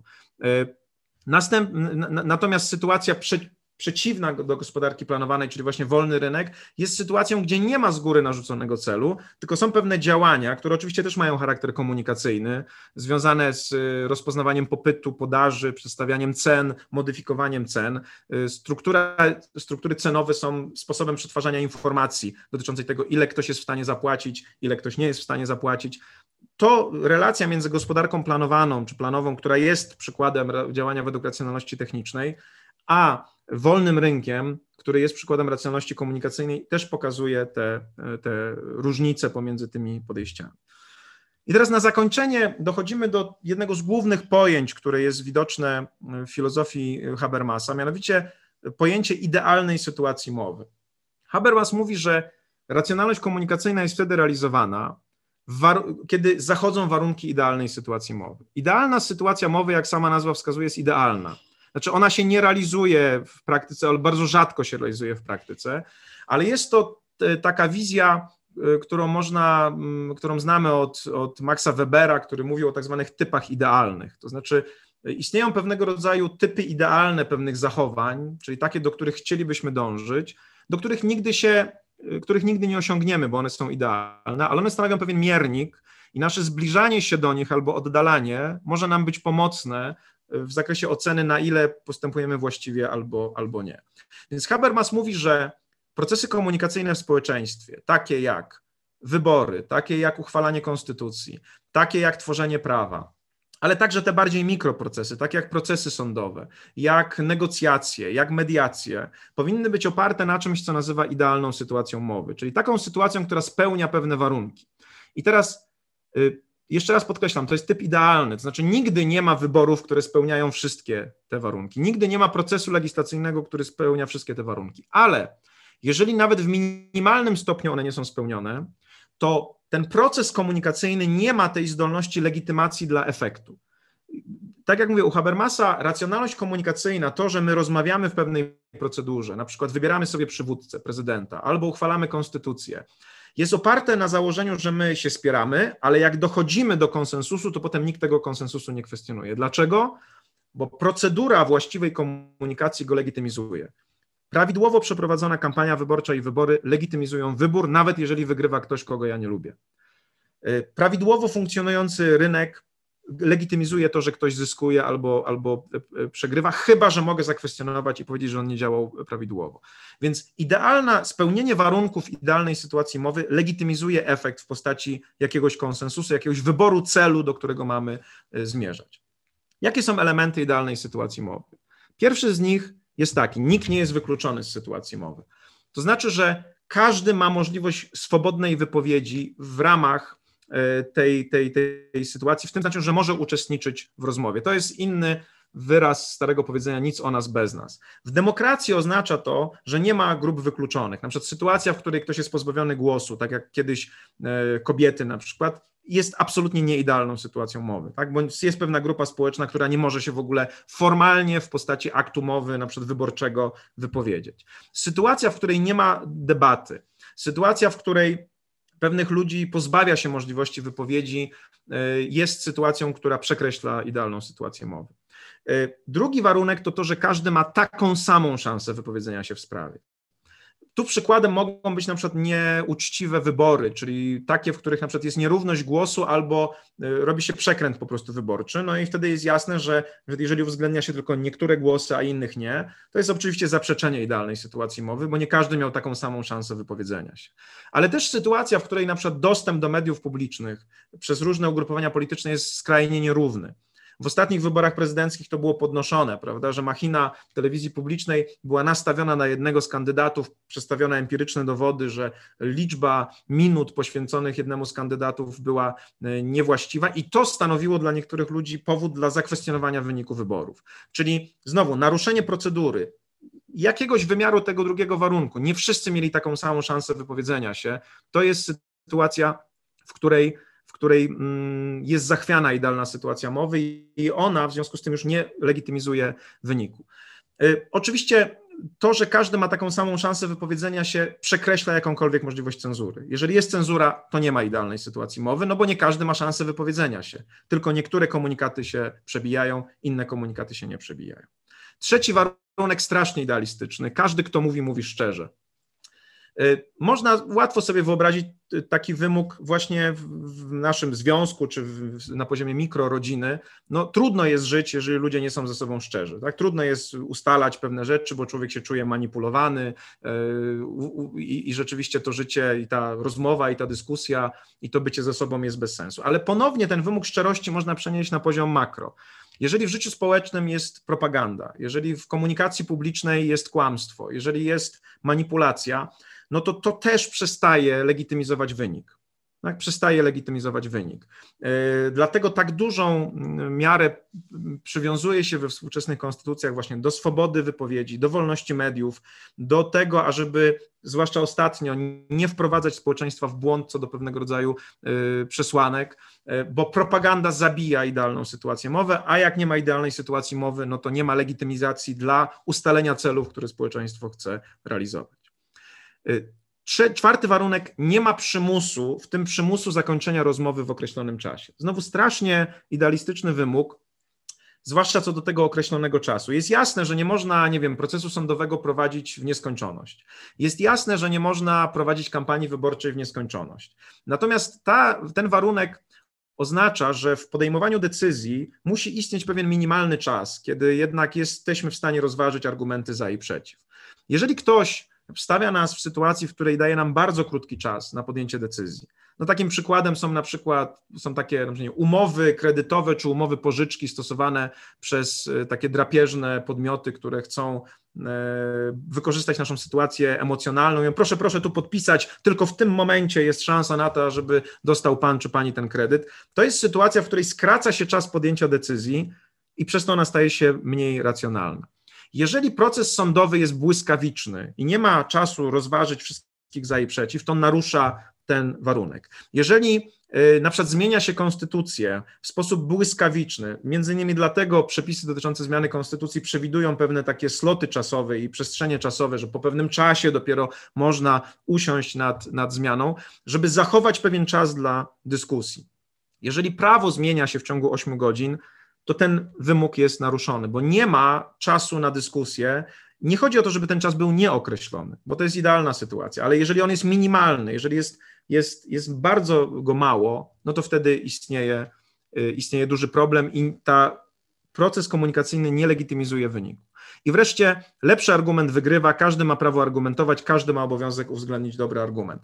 Speaker 1: Następ, natomiast sytuacja prze, przeciwna do gospodarki planowanej, czyli właśnie wolny rynek, jest sytuacją, gdzie nie ma z góry narzuconego celu, tylko są pewne działania, które oczywiście też mają charakter komunikacyjny, związane z rozpoznawaniem popytu, podaży, przedstawianiem cen, modyfikowaniem cen. Struktura, struktury cenowe są sposobem przetwarzania informacji dotyczącej tego, ile ktoś jest w stanie zapłacić, ile ktoś nie jest w stanie zapłacić. To relacja między gospodarką planowaną czy planową, która jest przykładem działania według racjonalności technicznej, a wolnym rynkiem, który jest przykładem racjonalności komunikacyjnej, też pokazuje te, te różnice pomiędzy tymi podejściami. I teraz na zakończenie dochodzimy do jednego z głównych pojęć, które jest widoczne w filozofii Habermasa, mianowicie pojęcie idealnej sytuacji mowy. Habermas mówi, że racjonalność komunikacyjna jest wtedy realizowana, kiedy zachodzą warunki idealnej sytuacji mowy. Idealna sytuacja mowy, jak sama nazwa wskazuje, jest idealna. Znaczy ona się nie realizuje w praktyce, ale bardzo rzadko się realizuje w praktyce, ale jest to taka wizja, którą można, którą znamy od, od Maxa Webera, który mówił o tak zwanych typach idealnych. To znaczy Istnieją pewnego rodzaju typy idealne pewnych zachowań, czyli takie, do których chcielibyśmy dążyć, do których nigdy się, których nigdy nie osiągniemy, bo one są idealne, ale one stanowią pewien miernik i nasze zbliżanie się do nich albo oddalanie może nam być pomocne w zakresie oceny, na ile postępujemy właściwie albo, albo nie. Więc Habermas mówi, że procesy komunikacyjne w społeczeństwie, takie jak wybory, takie jak uchwalanie konstytucji, takie jak tworzenie prawa, ale także te bardziej mikroprocesy, takie jak procesy sądowe, jak negocjacje, jak mediacje, powinny być oparte na czymś, co nazywa idealną sytuacją mowy, czyli taką sytuacją, która spełnia pewne warunki. I teraz jeszcze raz podkreślam, to jest typ idealny, to znaczy nigdy nie ma wyborów, które spełniają wszystkie te warunki, nigdy nie ma procesu legislacyjnego, który spełnia wszystkie te warunki, ale jeżeli nawet w minimalnym stopniu one nie są spełnione, to ten proces komunikacyjny nie ma tej zdolności legitymacji dla efektu. Tak jak mówię, u Habermasa racjonalność komunikacyjna, to, że my rozmawiamy w pewnej procedurze, na przykład wybieramy sobie przywódcę, prezydenta, albo uchwalamy konstytucję, jest oparte na założeniu, że my się spieramy, ale jak dochodzimy do konsensusu, to potem nikt tego konsensusu nie kwestionuje. Dlaczego? Bo procedura właściwej komunikacji go legitymizuje. Prawidłowo przeprowadzona kampania wyborcza i wybory legitymizują wybór, nawet jeżeli wygrywa ktoś, kogo ja nie lubię. Prawidłowo funkcjonujący rynek legitymizuje to, że ktoś zyskuje albo, albo przegrywa, chyba że mogę zakwestionować i powiedzieć, że on nie działał prawidłowo. Więc idealne spełnienie warunków idealnej sytuacji mowy legitymizuje efekt w postaci jakiegoś konsensusu, jakiegoś wyboru celu, do którego mamy zmierzać. Jakie są elementy idealnej sytuacji mowy? Pierwszy z nich jest taki: nikt nie jest wykluczony z sytuacji mowy. To znaczy, że każdy ma możliwość swobodnej wypowiedzi w ramach tej, tej, tej sytuacji, w tym znaczy, że może uczestniczyć w rozmowie. To jest inny wyraz starego powiedzenia: nic o nas bez nas. W demokracji oznacza to, że nie ma grup wykluczonych. Na przykład sytuacja, w której ktoś jest pozbawiony głosu, tak jak kiedyś kobiety na przykład, jest absolutnie nieidealną sytuacją mowy, tak? Bo jest pewna grupa społeczna, która nie może się w ogóle formalnie w postaci aktu mowy, na przykład wyborczego, wypowiedzieć. Sytuacja, w której nie ma debaty, sytuacja, w której pewnych ludzi pozbawia się możliwości wypowiedzi, jest sytuacją, która przekreśla idealną sytuację mowy. Drugi warunek to to, że każdy ma taką samą szansę wypowiedzenia się w sprawie. Tu przykładem mogą być na przykład nieuczciwe wybory, czyli takie, w których na przykład jest nierówność głosu albo robi się przekręt po prostu wyborczy, no i wtedy jest jasne, że jeżeli uwzględnia się tylko niektóre głosy, a innych nie, to jest oczywiście zaprzeczenie idealnej sytuacji mowy, bo nie każdy miał taką samą szansę wypowiedzenia się. Ale też sytuacja, w której na przykład dostęp do mediów publicznych przez różne ugrupowania polityczne jest skrajnie nierówny. W ostatnich wyborach prezydenckich to było podnoszone, prawda, że machina telewizji publicznej była nastawiona na jednego z kandydatów, przedstawione empiryczne dowody, że liczba minut poświęconych jednemu z kandydatów była niewłaściwa i to stanowiło dla niektórych ludzi powód dla zakwestionowania wyniku wyborów. Czyli znowu naruszenie procedury, jakiegoś wymiaru tego drugiego warunku, nie wszyscy mieli taką samą szansę wypowiedzenia się, to jest sytuacja, w której w której jest zachwiana idealna sytuacja mowy i ona w związku z tym już nie legitymizuje wyniku. Oczywiście to, że każdy ma taką samą szansę wypowiedzenia się, przekreśla jakąkolwiek możliwość cenzury. Jeżeli jest cenzura, to nie ma idealnej sytuacji mowy, no bo nie każdy ma szansę wypowiedzenia się. Tylko niektóre komunikaty się przebijają, inne komunikaty się nie przebijają. Trzeci warunek strasznie idealistyczny. Każdy, kto mówi, mówi szczerze. Można łatwo sobie wyobrazić taki wymóg właśnie w naszym związku czy w, na poziomie mikrorodziny. No, trudno jest żyć, jeżeli ludzie nie są ze sobą szczerzy. Tak? Trudno jest ustalać pewne rzeczy, bo człowiek się czuje manipulowany yy, i, i rzeczywiście to życie i ta rozmowa i ta dyskusja i to bycie ze sobą jest bez sensu. Ale ponownie ten wymóg szczerości można przenieść na poziom makro. Jeżeli w życiu społecznym jest propaganda, jeżeli w komunikacji publicznej jest kłamstwo, jeżeli jest manipulacja, no to to też przestaje legitymizować wynik. Tak? Przestaje legitymizować wynik. Yy, dlatego tak dużą miarę przywiązuje się we współczesnych konstytucjach właśnie do swobody wypowiedzi, do wolności mediów, do tego, ażeby, zwłaszcza ostatnio, nie wprowadzać społeczeństwa w błąd co do pewnego rodzaju yy, przesłanek, yy, bo propaganda zabija idealną sytuację mowy, a jak nie ma idealnej sytuacji mowy, no to nie ma legitymizacji dla ustalenia celów, które społeczeństwo chce realizować. Czwarty warunek: nie ma przymusu, w tym przymusu zakończenia rozmowy w określonym czasie. Znowu strasznie idealistyczny wymóg. zwłaszcza co do tego określonego czasu. Jest jasne, że nie można, nie wiem, procesu sądowego prowadzić w nieskończoność. Jest jasne, że nie można prowadzić kampanii wyborczej w nieskończoność. Natomiast ta, ten warunek oznacza, że w podejmowaniu decyzji musi istnieć pewien minimalny czas, kiedy jednak jesteśmy w stanie rozważyć argumenty za i przeciw. Jeżeli ktoś stawia nas w sytuacji, w której daje nam bardzo krótki czas na podjęcie decyzji. No takim przykładem są na przykład są takie na przykład, umowy kredytowe czy umowy pożyczki stosowane przez takie drapieżne podmioty, które chcą wykorzystać naszą sytuację emocjonalną. Mówią, proszę, proszę tu podpisać, tylko w tym momencie jest szansa na to, żeby dostał pan czy pani ten kredyt. To jest sytuacja, w której skraca się czas podjęcia decyzji i przez to ona staje się mniej racjonalna. Jeżeli proces sądowy jest błyskawiczny i nie ma czasu rozważyć wszystkich za i przeciw, to narusza ten warunek. Jeżeli na przykład zmienia się konstytucję w sposób błyskawiczny, między innymi dlatego przepisy dotyczące zmiany konstytucji przewidują pewne takie sloty czasowe i przestrzenie czasowe, że po pewnym czasie dopiero można usiąść nad, nad zmianą, żeby zachować pewien czas dla dyskusji. Jeżeli prawo zmienia się w ciągu ośmiu godzin, to ten wymóg jest naruszony, bo nie ma czasu na dyskusję. Nie chodzi o to, żeby ten czas był nieokreślony, bo to jest idealna sytuacja, ale jeżeli on jest minimalny, jeżeli jest, jest, jest bardzo go mało, no to wtedy istnieje, istnieje duży problem i ta proces komunikacyjny nie legitymizuje wyniku. I wreszcie lepszy argument wygrywa, każdy ma prawo argumentować, każdy ma obowiązek uwzględnić dobry argument.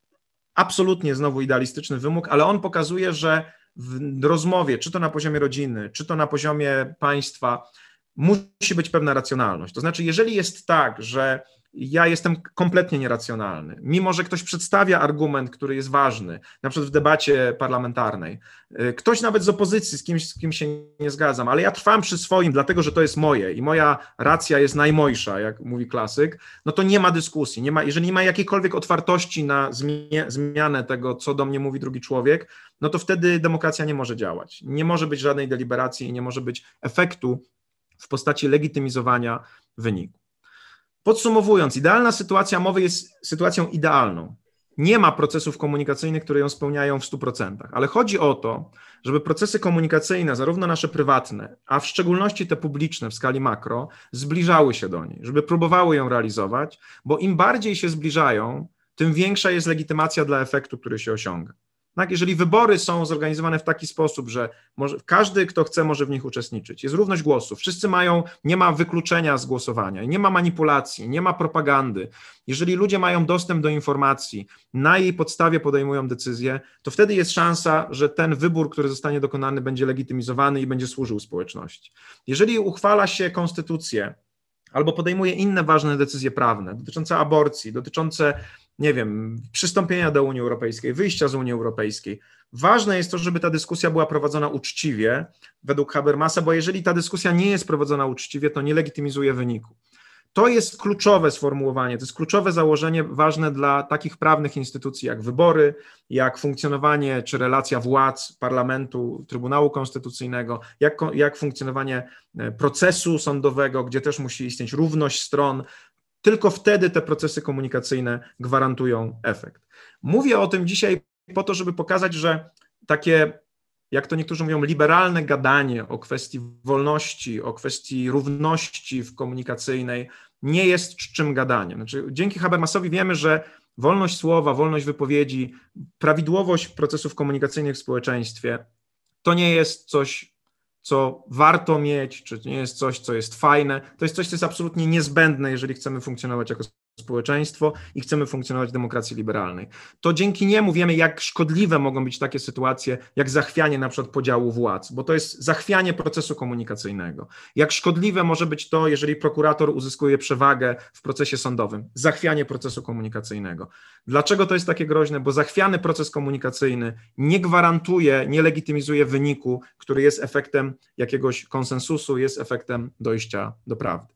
Speaker 1: Absolutnie znowu idealistyczny wymóg, ale on pokazuje, że w rozmowie, czy to na poziomie rodziny, czy to na poziomie państwa, musi być pewna racjonalność. To znaczy, jeżeli jest tak, że ja jestem kompletnie nieracjonalny, mimo że ktoś przedstawia argument, który jest ważny, na przykład w debacie parlamentarnej, ktoś nawet z opozycji, z kimś, z kim się nie zgadzam, ale ja trwam przy swoim, dlatego że to jest moje i moja racja jest najmojsza, jak mówi klasyk, no to nie ma dyskusji. Nie ma, jeżeli nie ma jakiejkolwiek otwartości na zmie, zmianę tego, co do mnie mówi drugi człowiek, no to wtedy demokracja nie może działać. Nie może być żadnej deliberacji i nie może być efektu w postaci legitymizowania wyniku. Podsumowując, idealna sytuacja mowy jest sytuacją idealną. Nie ma procesów komunikacyjnych, które ją spełniają w stu procentach, ale chodzi o to, żeby procesy komunikacyjne, zarówno nasze prywatne, a w szczególności te publiczne w skali makro, zbliżały się do niej, żeby próbowały ją realizować, bo im bardziej się zbliżają, tym większa jest legitymacja dla efektu, który się osiąga. Tak, jeżeli wybory są zorganizowane w taki sposób, że może, każdy, kto chce, może w nich uczestniczyć, jest równość głosów, wszyscy mają, nie ma wykluczenia z głosowania, nie ma manipulacji, nie ma propagandy. Jeżeli ludzie mają dostęp do informacji, na jej podstawie podejmują decyzje, to wtedy jest szansa, że ten wybór, który zostanie dokonany, będzie legitymizowany i będzie służył społeczności. Jeżeli uchwala się konstytucję albo podejmuje inne ważne decyzje prawne dotyczące aborcji, dotyczące nie wiem, przystąpienia do Unii Europejskiej, wyjścia z Unii Europejskiej. Ważne jest to, żeby ta dyskusja była prowadzona uczciwie, według Habermasa, bo jeżeli ta dyskusja nie jest prowadzona uczciwie, to nie legitymizuje wyniku. To jest kluczowe sformułowanie, to jest kluczowe założenie ważne dla takich prawnych instytucji jak wybory, jak funkcjonowanie czy relacja władz, parlamentu, Trybunału Konstytucyjnego, jak, jak funkcjonowanie procesu sądowego, gdzie też musi istnieć równość stron. Tylko wtedy te procesy komunikacyjne gwarantują efekt. Mówię o tym dzisiaj po to, żeby pokazać, że takie, jak to niektórzy mówią, liberalne gadanie o kwestii wolności, o kwestii równości w komunikacyjnej nie jest czczym gadaniem. Znaczy, dzięki Habermasowi wiemy, że wolność słowa, wolność wypowiedzi, prawidłowość procesów komunikacyjnych w społeczeństwie to nie jest coś, co warto mieć, czy nie jest coś, co jest fajne. To jest coś, co jest absolutnie niezbędne, jeżeli chcemy funkcjonować jako społeczeństwo i chcemy funkcjonować w demokracji liberalnej. To dzięki niemu wiemy, jak szkodliwe mogą być takie sytuacje, jak zachwianie na przykład podziału władz, bo to jest zachwianie procesu komunikacyjnego. Jak szkodliwe może być to, jeżeli prokurator uzyskuje przewagę w procesie sądowym, zachwianie procesu komunikacyjnego. Dlaczego to jest takie groźne? Bo zachwiany proces komunikacyjny nie gwarantuje, nie legitymizuje wyniku, który jest efektem jakiegoś konsensusu, jest efektem dojścia do prawdy.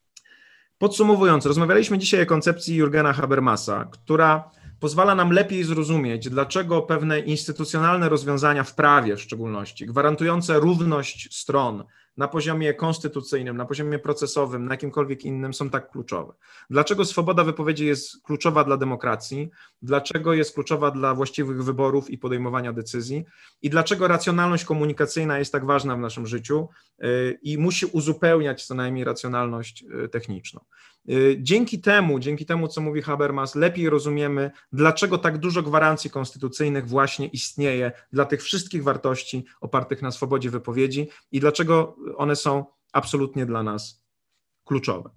Speaker 1: Podsumowując, rozmawialiśmy dzisiaj o koncepcji Jürgena Habermasa, która pozwala nam lepiej zrozumieć, dlaczego pewne instytucjonalne rozwiązania w prawie w szczególności, gwarantujące równość stron na poziomie konstytucyjnym, na poziomie procesowym, na jakimkolwiek innym są tak kluczowe. Dlaczego swoboda wypowiedzi jest kluczowa dla demokracji? Dlaczego jest kluczowa dla właściwych wyborów i podejmowania decyzji? I dlaczego racjonalność komunikacyjna jest tak ważna w naszym życiu i musi uzupełniać co najmniej racjonalność techniczną? Dzięki temu, dzięki temu, co mówi Habermas, lepiej rozumiemy, dlaczego tak dużo gwarancji konstytucyjnych właśnie istnieje dla tych wszystkich wartości opartych na swobodzie wypowiedzi i dlaczego one są absolutnie dla nas kluczowe.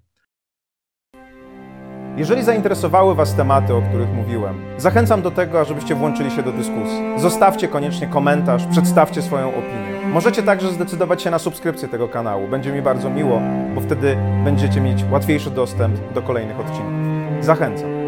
Speaker 3: Jeżeli zainteresowały Was tematy, o których mówiłem, zachęcam do tego, ażebyście włączyli się do dyskusji. Zostawcie koniecznie komentarz, przedstawcie swoją opinię. Możecie także zdecydować się na subskrypcję tego kanału. Będzie mi bardzo miło, bo wtedy będziecie mieć łatwiejszy dostęp do kolejnych odcinków. Zachęcam.